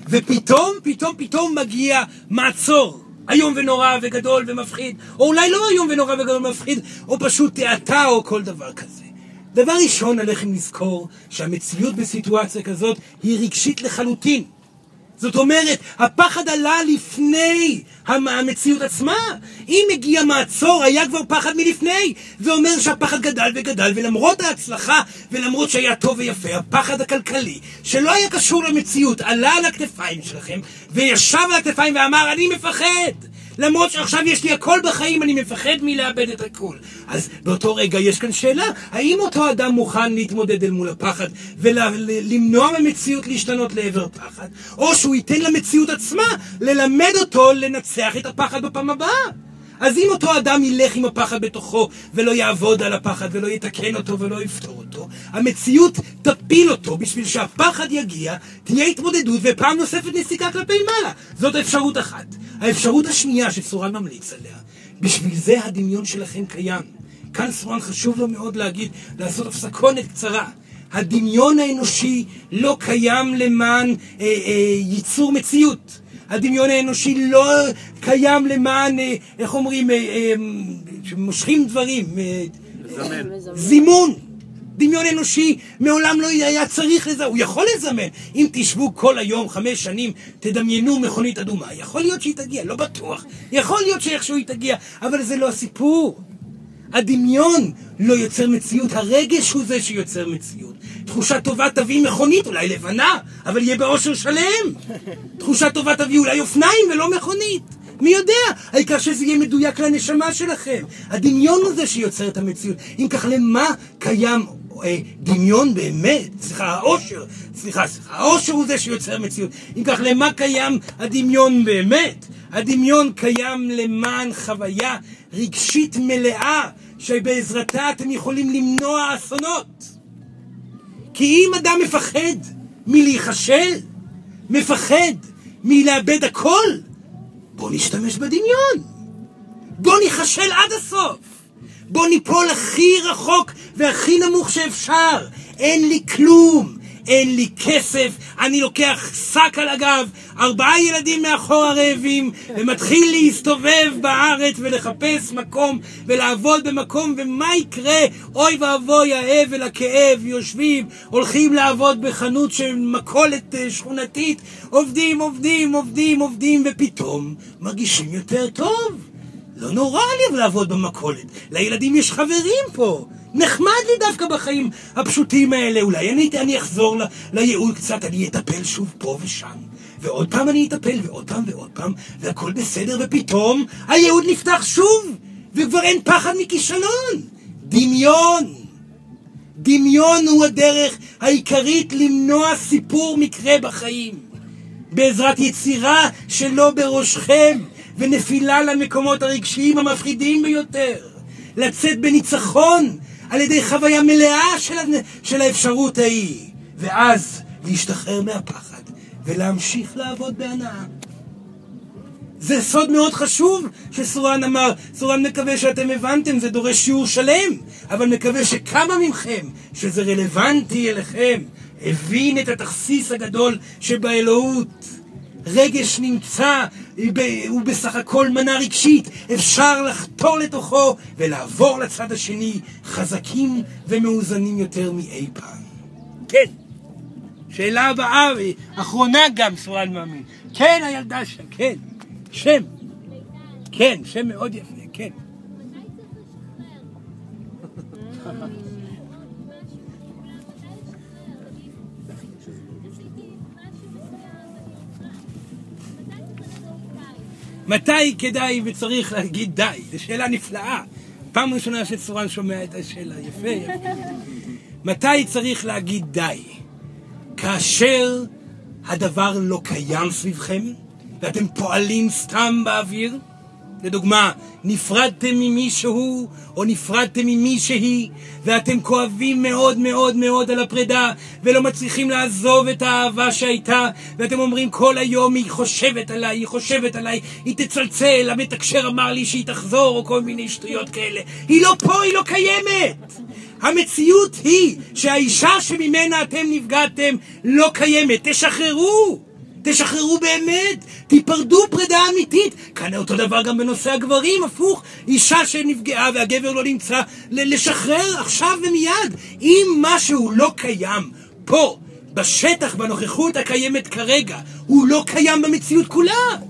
ופתאום מגיע מעצור. איום ונורא וגדול ומפחיד. או אולי לא איום ונורא וגדול ומפחיד, או פשוט תיאטה או כל דבר כזה. דבר ראשון, עליכם לזכור שהמציאות בסיטואציה כזאת היא רגשית לחלוטין. זאת אומרת, הפחד עלה לפני המציאות עצמה. אם הגיע מעצור, היה כבר פחד מלפני. זה אומר שהפחד גדל וגדל, ולמרות ההצלחה, ולמרות שהיה טוב ויפה, הפחד הכלכלי, שלא היה קשור למציאות, עלה על הכתפיים שלכם, וישב על הכתפיים ואמר, אני מפחד. למרות שעכשיו יש לי הכל בחיים, אני מפחד מלאבד את הכל. אז באותו רגע יש כאן שאלה, האם אותו אדם מוכן להתמודד אל מול הפחד ולמנוע מהמציאות להשתנות לעבר פחד, או שהוא ייתן למציאות עצמה ללמד אותו לנצח את הפחד בפעם הבאה? אז אם אותו אדם ילך עם הפחד בתוכו ולא יעבוד על הפחד ולא יתקן אותו ולא יפתור אותו, המציאות תפיל אותו. בשביל שהפחד יגיע, תהיה התמודדות ופעם נוספת נסיקה כלפי מעלה. זאת האפשרות אחת. האפשרות השנייה שסורן ממליץ עליה, בשביל זה הדמיון שלכם קיים. כאן סורן חשוב לו מאוד לעשות הפסקונת קצרה. הדמיון האנושי לא קיים למען ייצור מציאות. הדמיון האנושי לא קיים למען, איך אומרים, שמושכים דברים, זימון. דמיון אנושי מעולם לא היה צריך לזה, הוא יכול לזמן. אם תשבו כל היום 5 שנים, תדמיינו מכונית אדומה, יכול להיות שהיא תגיע, לא בטוח, יכול להיות שאיכשהו היא תגיע, אבל זה לא הסיפור. הדמיון לא יוצר מציאות, הרגש הוא זה שיוצר מציאות. תחושה טובה תביא מכונית, אולי לבנה, אבל יהיה באושר שלם. תחושה טובה תביא אולי אופניים ולא מכונית. מי יודע? העיקר שזה יהיה מדויק לנשמה שלכם. הדמיון הוא זה שיוצר את המציאות. אם כך, למה קיים דמיון באמת? האושר הוא זה שיוצר מציאות. אם כך, למה קיים הדמיון באמת? הדמיון קיים למען חוויה רגשית מלאה, שבעזרתה אתם יכולים למנוע אסונות. כי אם אדם מפחד מלהיחשל, מפחד מלאבד הכל, בוא נשתמש בדמיון. בוא ניחשל עד הסוף. בוא ניפול הכי רחוק והכי נמוך שאפשר. אין לי כלום, אין לי כסף, אני לוקח שק על הגב, 4 ילדים מאחור הרעבים, ומתחיל להסתובב בארץ ולחפש מקום ולעבוד במקום, ומה יקרה? אוי ואבוי, האבל, הכאב, יושבים, הולכים לעבוד בחנות של מכולת שכונתית, עובדים, ופתאום מרגישים יותר טוב. לא נורא לי לעבוד במכולת, לילדים יש חברים פה. נחמד לי דווקא בחיים הפשוטים האלה. אולי אני אחזור לייעוד קצת, אני אטפל שוב פה ושם, ועוד פעם אני אטפל, ועוד פעם, והכל בסדר, ופתאום הייעוד נפתח שוב, וכבר אין פחד מכישלון. דמיון הוא הדרך העיקרית למנוע סיפור מקרה בחיים. בעזרת יצירה שלא בראשכם, ונפילה למקומות הרגשיים המפחידים ביותר. לצאת בניצחון על ידי חוויה מלאה של האפשרות ההיא, ואז להשתחרר מהפחד ולהמשיך לעבוד בהנאה. זה סוד מאוד חשוב שסורן אמר. סורן מקווה שאתם הבנתם, זה דורש שיעור שלם, אבל מקווה שכמה מכם שזה רלוונטי אליכם הבין את התכסיס הגדול שבאלוהות. רגש נמצא הוא בסך הכל מנה רגשית. אפשר לחתור לתוכו ולעבור לצד השני חזקים ומאוזנים יותר מאי פעם. כן. שאלה הבאה, אחרונה גם, סורן מאמין. כן, הילדה שם, כן. שם. כן, שם מאוד יפה, כן. מתי כדאי וצריך להגיד די? זו שאלה נפלאה. פעם ראשונה שסורן שומע את השאלה. יפה, יפה. מתי צריך להגיד די? כאשר הדבר לא קיים סביבכם, ואתם פועלים סתם באוויר? לדוגמה, נפרדתם ממישהו או נפרדתם ממישהי, ואתם כואבים מאוד מאוד מאוד על הפרידה, ולא מצליחים לעזוב את האהבה שהייתה, ואתם אומרים כל היום היא חושבת עליי, היא חושבת עליי, היא תצלצל, המתקשר אמר לי שהיא תחזור, או כל מיני שטויות כאלה. היא לא פה, היא לא קיימת. המציאות היא שהאישה שממנה אתם נפגעתם לא קיימת. תשחררו! תשחררו באמת, תיפרדו פרידה אמיתית. כאן אותו דבר גם בנושא הגברים, הפוך. אישה שנפגעה והגבר לא נמצא, לשחרר עכשיו ומיד. אם משהו לא קיים פה, בשטח, בנוכחות הקיימת כרגע, הוא לא קיים במציאות כולה.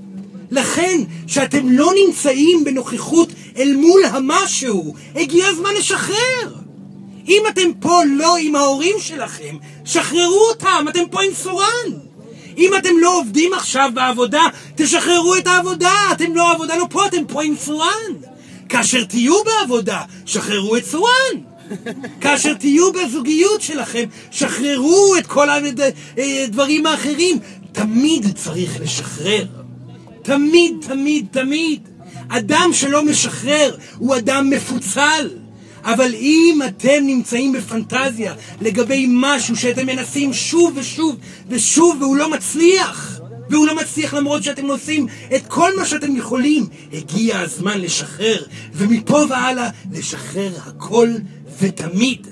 לכן, שאתם לא נמצאים בנוכחות אל מול המשהו, הגיע הזמן לשחרר. אם אתם פה לא עם ההורים שלכם, שחררו אותם, אתם פה עם סורן. אם אתם לא עובדים עכשיו בעבודה, תשחררו את העבודה. אתם לא עבודה, לא פה, אתם פה עם סורן. כאשר תהיו בעבודה, שחררו את סורן. כאשר תהיו בזוגיות שלכם, שחררו את כל הדברים האחרים. תמיד צריך לשחרר. תמיד, תמיד, תמיד. אדם שלא משחרר הוא אדם מפוצל. אבל אם אתם נמצאים בפנטזיה לגבי משהו שאתם מנסים שוב ושוב ושוב והוא לא מצליח, למרות שאתם עושים את כל מה שאתם יכולים, הגיע הזמן לשחרר, ומפה והלאה לשחרר הכל ותמיד.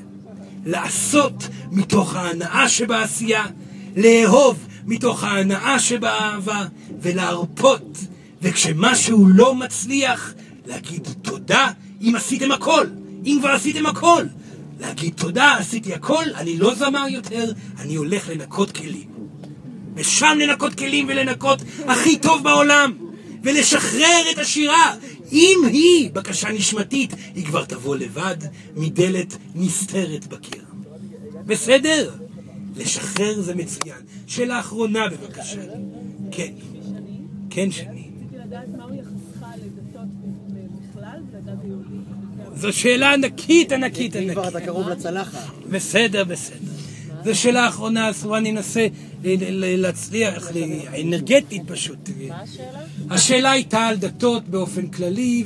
לעשות מתוך ההנאה שבעשייה, לאהוב מתוך ההנאה שבאהבה, ולהרפות. וכשמשהו לא מצליח, להגיד תודה אם עשיתם הכל. אם כבר עשיתם הכל, להגיד תודה, עשיתי הכל, אני לא זמר יותר, אני הולך לנקות כלים. ושם לנקות כלים ולנקות הכי טוב בעולם, ולשחרר את השירה. אם היא בקשה נשמתית, היא כבר תבוא לבד מדלת נסתרת בקיר. בסדר? לשחרר זה מצוין. שאלה אחרונה בבקשה. כן. כן, שני. רציתי לדעת מהו יחסך לדתות בכלל ולדת היהודית. זו שאלה ענקית, ענקית, ענקית. כבר אתה קרוב לצלחת. בסדר, בסדר. זו שאלה האחרונה, אסורה, אני אנסה להצליח, אנרגטית פשוט. מה השאלה? השאלה הייתה על דתות באופן כללי,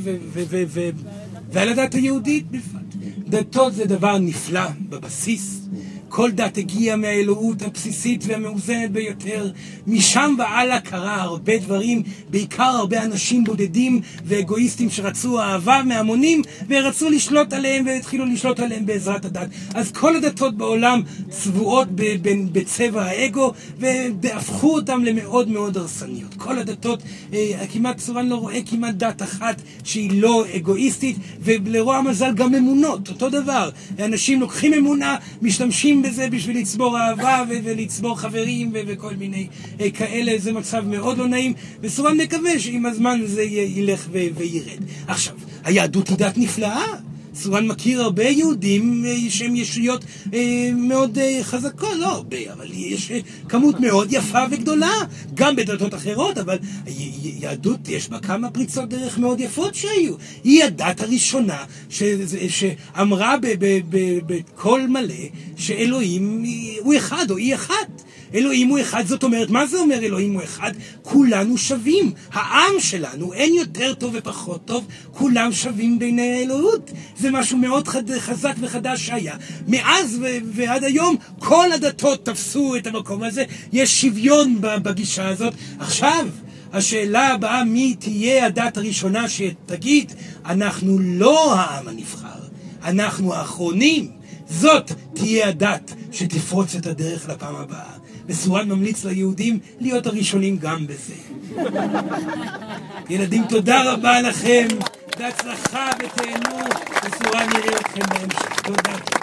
ועל הדת היהודית בפרט. דתות זה דבר נפלא בבסיס. כל דת הגיעה מהאלוהות הבסיסית והמאוזנת ביותר. משם והלאה קרה הרבה דברים, בעיקר הרבה אנשים בודדים ואגואיסטים שרצו אהבה מהמונים ורצו לשלוט עליהם והתחילו לשלוט עליהם בעזרת הדת. אז כל הדתות בעולם צבועות בצבע האגו והפכו אותם למאוד מאוד הרסניות. כל הדתות, כמעט סורן לא רואה כמעט דת אחת שהיא לא אגואיסטית, ולרוע המזל גם אמונות, אותו דבר. אנשים לוקחים אמונה, משתמשים בזה בשביל לצבור אהבה ולצבור חברים וכל מיני כאלה. זה מצב מאוד לא נעים, וסורן מקווה שעם הזמן זה ילך וירד. עכשיו, היהדות היא דת נפלאה. סורן מכיר הרבה יהודים שהם ישויות מאוד חזקות, לא הרבה, אבל יש כמות מאוד יפה וגדולה, גם בדתות אחרות, אבל יהדות יש בה כמה פריצות דרך מאוד יפות שהיו. היא הדת הראשונה שאמרה בקול מלא שאלוהים הוא אחד או היא אחת. אלוהים הוא אחד, זאת אומרת, מה זה אומר אלוהים הוא אחד? כולנו שווים. העם שלנו אין יותר טוב ופחות טוב, כולם שווים בעיני האלוהות. זה משהו מאוד חזק וחדש שהיה. מאז ועד היום כל הדתות תפסו את המקום הזה, יש שוויון בגישה הזאת. עכשיו, השאלה הבאה, מי תהיה הדת הראשונה שתגיד, אנחנו לא העם הנבחר, אנחנו האחרונים. זאת תהיה הדת שתפרוץ את הדרך לפעם הבאה. וסורן ממליץ ליהודים להיות הראשונים גם בזה. ילדים, תודה רבה לכם, בהצלחה ותהנו, וסורן נראה אתכם בהמשך. תודה.